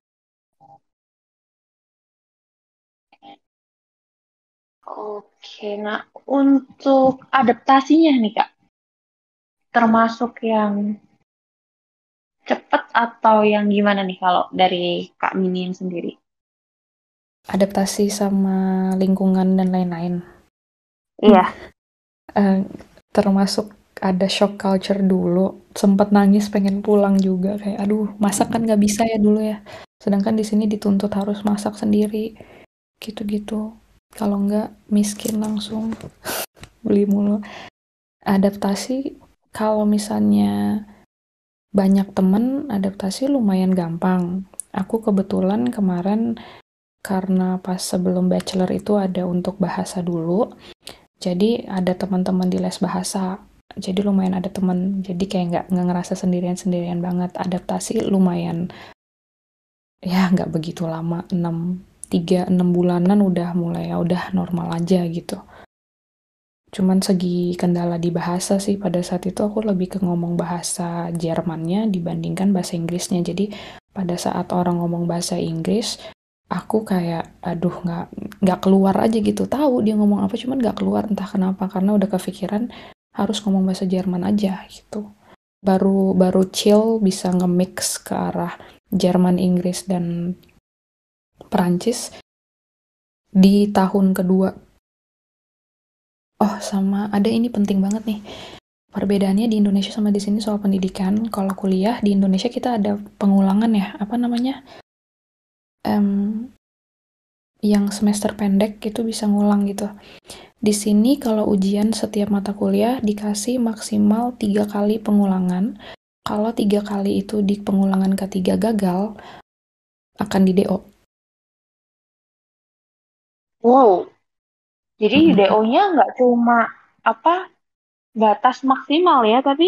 Oke, nah untuk adaptasinya nih Kak, termasuk yang cepet atau yang gimana nih kalau dari Kak Mini yang sendiri? Adaptasi sama lingkungan dan lain-lain. Iya. Termasuk ada shock culture dulu, sempet nangis pengen pulang juga kayak aduh masak kan nggak bisa ya dulu ya, sedangkan di sini dituntut harus masak sendiri gitu-gitu, kalau nggak miskin langsung beli mulu. Adaptasi kalau misalnya banyak temen, adaptasi lumayan gampang. Aku kebetulan kemarin karena pas sebelum bachelor itu ada untuk bahasa dulu, jadi ada teman-teman di les bahasa, jadi lumayan ada teman, jadi kayak nggak ngerasa sendirian banget. Adaptasi lumayan ya, nggak begitu lama, 6 bulanan udah mulai ya udah normal aja gitu. Cuman segi kendala di bahasa sih, pada saat itu aku lebih ke ngomong bahasa Jermannya dibandingkan bahasa Inggrisnya. Jadi pada saat orang ngomong bahasa Inggris, aku kayak aduh nggak keluar aja gitu, tahu dia ngomong apa cuman nggak keluar entah kenapa, karena udah kepikiran harus ngomong bahasa Jerman aja gitu. Baru chill bisa nge-mix ke arah Jerman, Inggris dan Perancis di tahun kedua. Oh, sama ada ini penting banget nih. Perbedaannya di Indonesia sama di sini soal pendidikan. Kalau kuliah di Indonesia kita ada pengulangan ya, apa namanya? Yang semester pendek itu bisa ngulang gitu. Di sini kalau ujian setiap mata kuliah dikasih maksimal 3 kali pengulangan. Kalau 3 kali itu di pengulangan ketiga gagal, akan di DO. Wow, jadi Mm-mm. DO-nya nggak cuma apa batas maksimal ya, tapi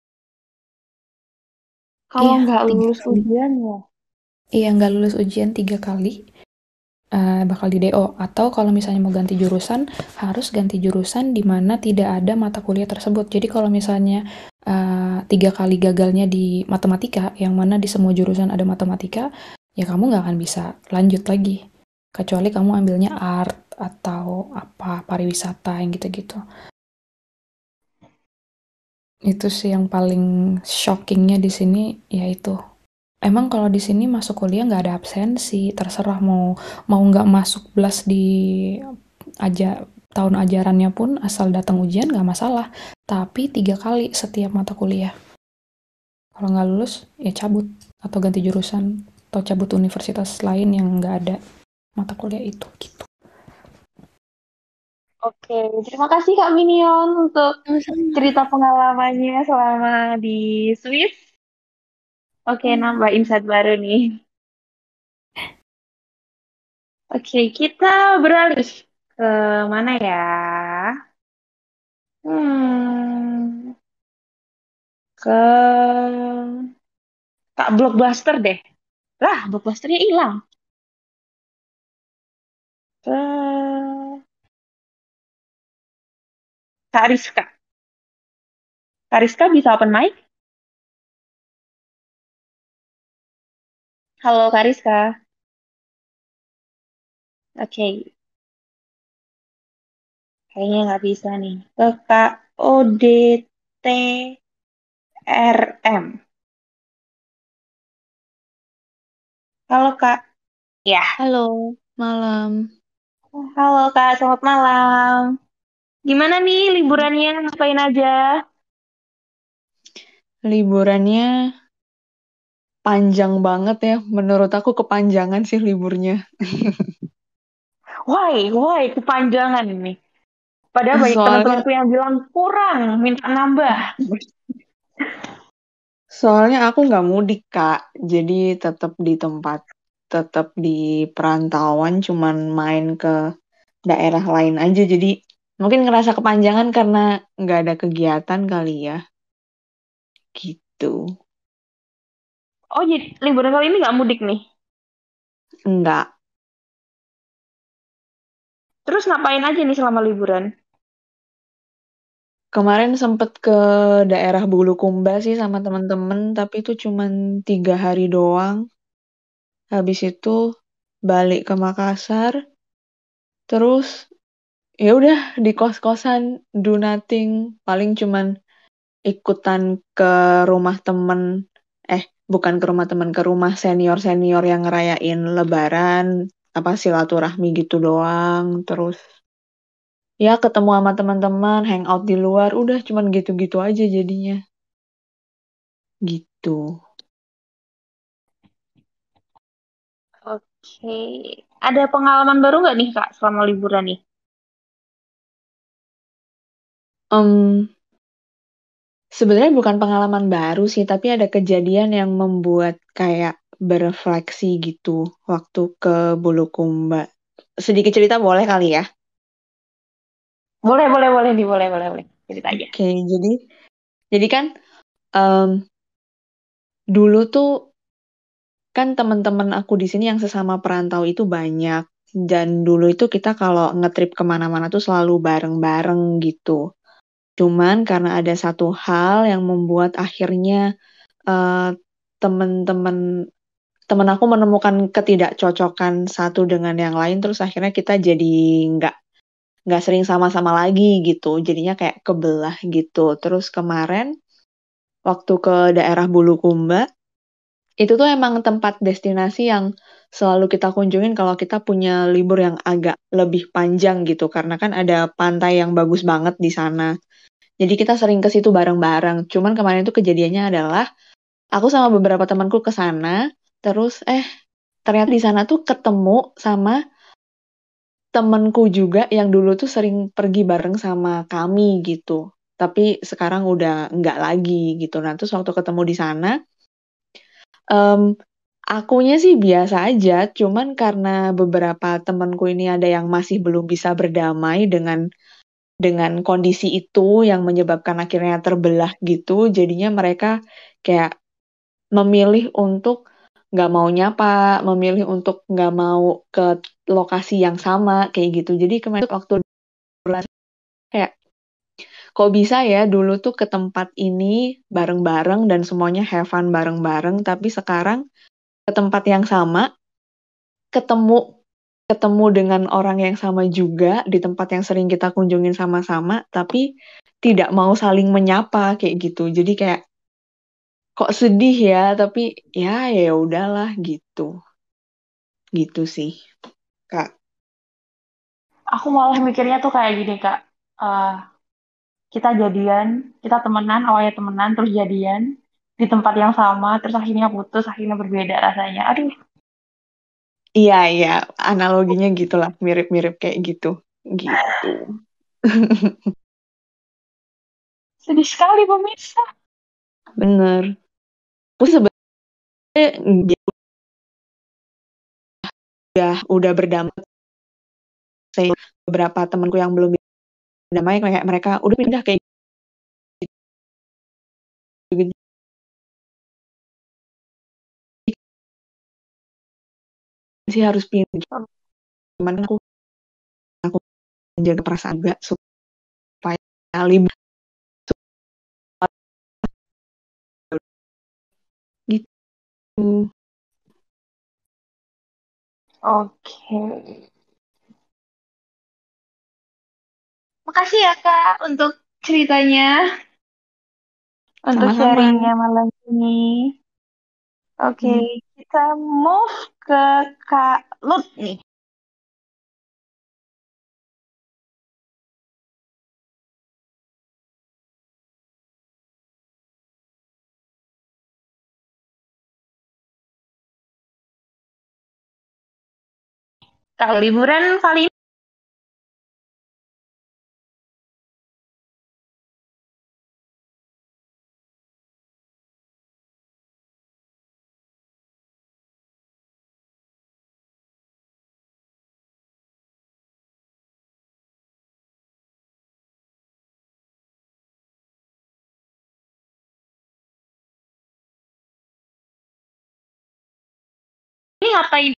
kalau Iya, nggak 3 lulus kali. ujiannya. Iya, nggak lulus ujian 3 kali, bakal di DO. Atau kalau misalnya mau ganti jurusan, harus ganti jurusan di mana tidak ada mata kuliah tersebut. Jadi kalau misalnya 3 kali gagalnya di matematika, yang mana di semua jurusan ada matematika, ya kamu nggak akan bisa lanjut lagi. Kecuali kamu ambilnya art atau apa, pariwisata yang gitu-gitu. Itu sih yang paling shockingnya di sini, yaitu emang kalau di sini masuk kuliah nggak ada absensi, terserah mau nggak masuk BLAS di aja tahun ajarannya pun asal datang ujian nggak masalah. Tapi 3 kali setiap mata kuliah. Kalau nggak lulus ya cabut atau ganti jurusan atau cabut universitas lain yang nggak ada mata kuliah itu gitu. Oke, terima kasih Kak Minion untuk Sama-sama. cerita pengalamannya selama di Swiss. Oke, nambah insight baru nih. Oke, kita beralih ke mana ya? Hmm, ke Kak Blockbuster deh. Lah, Blockbusternya hilang. Ke Kak Rizka. Kak Rizka bisa open mic? Halo Kak Rizka. Oke. Kayaknya nggak bisa nih. Ke KODTRM. Halo Kak. Ya. Halo, malam. Halo Kak, selamat malam. Gimana nih liburannya? Ngapain aja? Liburannya panjang banget ya. Menurut aku kepanjangan sih liburnya. Why, kepanjangan ini. Padahal banyak Soalnya teman-temanku yang bilang kurang, minta nambah. soalnya aku nggak mudik, Kak. Jadi tetap di tempat, tetap di perantauan, cuman main ke daerah lain aja. Jadi mungkin ngerasa kepanjangan karena nggak ada kegiatan kali ya. Gitu. Oh, jadi liburan kali ini nggak mudik nih? Enggak. Terus ngapain aja nih selama liburan? Kemarin sempet ke daerah Bulukumba sih sama teman-teman, tapi itu cuman 3 hari doang. Habis itu balik ke Makassar, terus ya udah di kos-kosan do nothing, paling cuman ikutan ke rumah temen, bukan ke rumah temen, ke rumah senior-senior yang ngerayain Lebaran, apa silaturahmi gitu doang, terus ya ketemu sama teman-teman, hangout di luar, udah cuman gitu-gitu aja jadinya. Gitu. Oke. Ada pengalaman baru nggak nih Kak selama liburan nih? Em, Sebenarnya bukan pengalaman baru sih, tapi ada kejadian yang membuat kayak berefleksi gitu waktu ke Bulukumba. Sedikit cerita boleh kali ya? Boleh nih, boleh. Cerita aja. Oke, jadi kan em, dulu tuh kan teman-teman aku di sini yang sesama perantau itu banyak. Dan dulu itu kita kalau ngetrip kemana-mana tuh selalu bareng-bareng gitu. Cuman karena ada satu hal yang membuat akhirnya eh, teman-teman temen aku menemukan ketidakcocokan satu dengan yang lain, terus akhirnya kita jadi nggak nggak sering sama-sama lagi gitu, jadinya kayak kebelah gitu. Terus kemarin waktu ke daerah Bulukumba itu tuh emang tempat destinasi yang selalu kita kunjungin kalau kita punya libur yang agak lebih panjang gitu, karena kan ada pantai yang bagus banget di sana. Jadi kita sering ke situ bareng-bareng. Cuman kemarin itu kejadiannya adalah aku sama beberapa temanku ke sana, terus ternyata di sana tuh ketemu sama temenku juga yang dulu tuh sering pergi bareng sama kami gitu. Tapi sekarang udah nggak lagi gitu. Nah, terus waktu ketemu di sana, em, akunya sih biasa aja. Cuman karena beberapa temenku ini ada yang masih belum bisa berdamai dengan kondisi itu yang menyebabkan akhirnya terbelah gitu. Jadinya mereka kayak memilih untuk nggak mau nyapa, memilih untuk nggak mau ke lokasi yang sama kayak gitu. Jadi kemarin tuh waktu kayak kok bisa ya dulu tuh ke tempat ini bareng-bareng dan semuanya have fun bareng-bareng, tapi sekarang ke tempat yang sama ketemu ketemu dengan orang yang sama juga di tempat yang sering kita kunjungin sama-sama, tapi tidak mau saling menyapa kayak gitu. Jadi kayak kok sedih ya, tapi ya udahlah gitu. Gitu sih, Kak. Aku malah mikirnya tuh kayak gini Kak. Eh, kita jadian, kita temenan, awalnya temenan, terus jadian di tempat yang sama, terus akhirnya putus, akhirnya berbeda rasanya. Aduh, Iya, analoginya gitulah, mirip-mirip kayak gitu. Gitu. sedih sekali pemirsa. Bener. Aku sebenarnya dia udah berdamai. Saya beberapa temanku yang belum berdamai kayak mereka udah pindah kayak gitu. Sih harus pindah. Cuman aku menjaga perasaan juga supaya libur gitu. Oke. Makasih ya Kak untuk ceritanya, untuk Sama-sama. sharingnya malam ini. Oke, kita move ke Kak Lut nih. Kalau liburan kali ini ngapain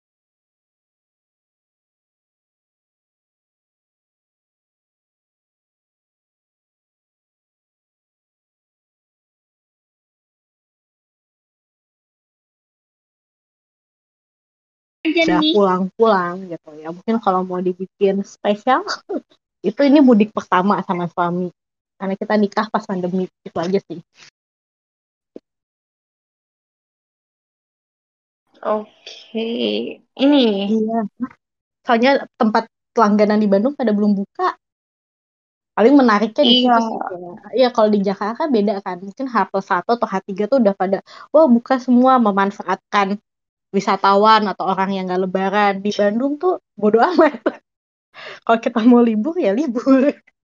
aja Udah nih? pulang-pulang gitu ya. Mungkin kalau mau dibikin spesial, itu ini mudik pertama sama suami. Karena kita nikah pas pandemi, itu aja sih. Oke, ini Iya. Soalnya tempat langganan di Bandung pada belum buka. Paling menariknya di iya. situ sih. Iya, kalau di Jakarta beda kan. Mungkin H+1 atau H3 tuh udah pada, wah buka semua memanfaatkan wisatawan atau orang yang nggak lebaran. Di Bandung tuh bodo amat. Kalau kita mau libur ya libur.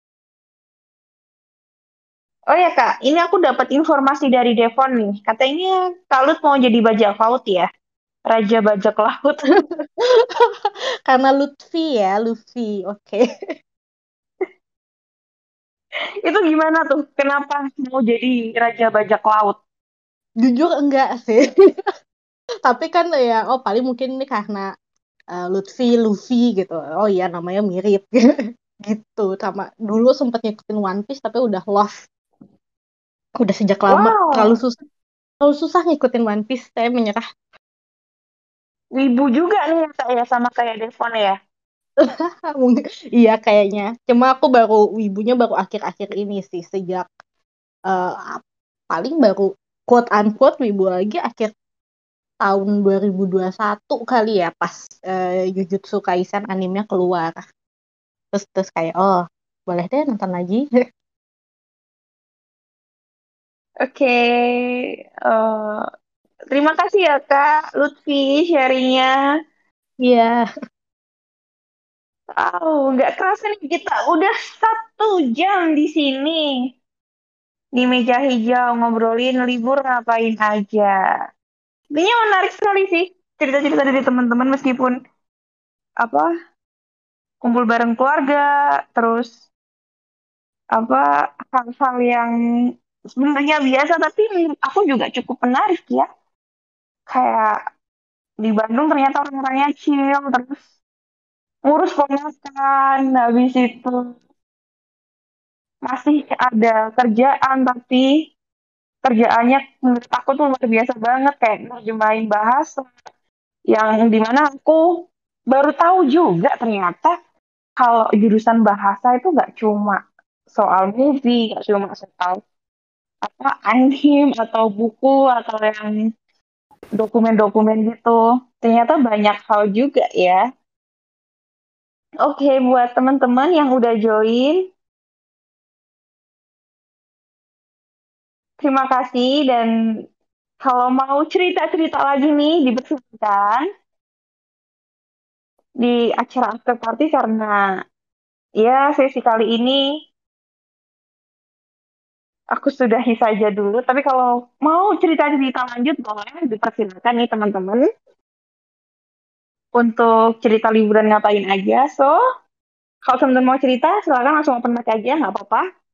Oh ya Kak, ini aku dapat informasi dari Devon nih. Katanya Kak Lut mau jadi bajak laut ya, Raja Bajak Laut. Karena Lutfi ya, Luffy. Oke. Itu gimana tuh? Kenapa mau jadi Raja Bajak Laut? Jujur enggak sih. Tapi kan ya, oh paling mungkin ini karena Lutfi, Luffy gitu. Oh iya namanya mirip. Gitu. Sama dulu sempet ngikutin One Piece tapi udah lost. Udah sejak lama. Wow, Terlalu susah ngikutin One Piece. Saya menyerah. wibu juga nih ya Kak ya, sama kayak Devon ya. Iya kayaknya. Cuma aku baru wibunya baru akhir-akhir ini sih. Sejak eh, paling baru quote unquote wibu lagi akhir tahun 2021 kali ya pas Jujutsu Kaisen animenya keluar. Terus kayak oh boleh deh nonton lagi. Oke, terima kasih ya Kak Lutfi sharingnya. Iya, Oh, nggak kerasa nih kita udah 1 jam di sini. Di meja hijau ngobrolin libur ngapain aja. Intinya menarik sekali sih cerita-cerita dari teman-teman meskipun apa kumpul bareng keluarga, terus apa hal-hal yang sebenarnya biasa tapi menurut aku juga cukup menarik ya. Kayak di Bandung ternyata orang-orangnya chill, terus ngurus ponakan, habis itu masih ada kerjaan tapi kerjaannya menurut aku tuh luar biasa banget kayak nerjemahin bahasa yang dimana aku baru tahu juga ternyata kalau jurusan bahasa itu nggak cuma soal movie, nggak cuma soal apa anime atau buku atau yang dokumen-dokumen gitu. Ternyata banyak hal juga ya. Oke, buat teman-teman yang udah join, terima kasih dan kalau mau cerita-cerita lagi nih dipersilakan di acara after party karena ya sesi kali ini aku sudahi saja dulu. Tapi kalau mau cerita-cerita lanjut boleh dipersilakan nih teman-teman untuk cerita liburan ngapain aja. So, kalau teman-teman mau cerita silakan langsung open mic aja nggak apa-apa.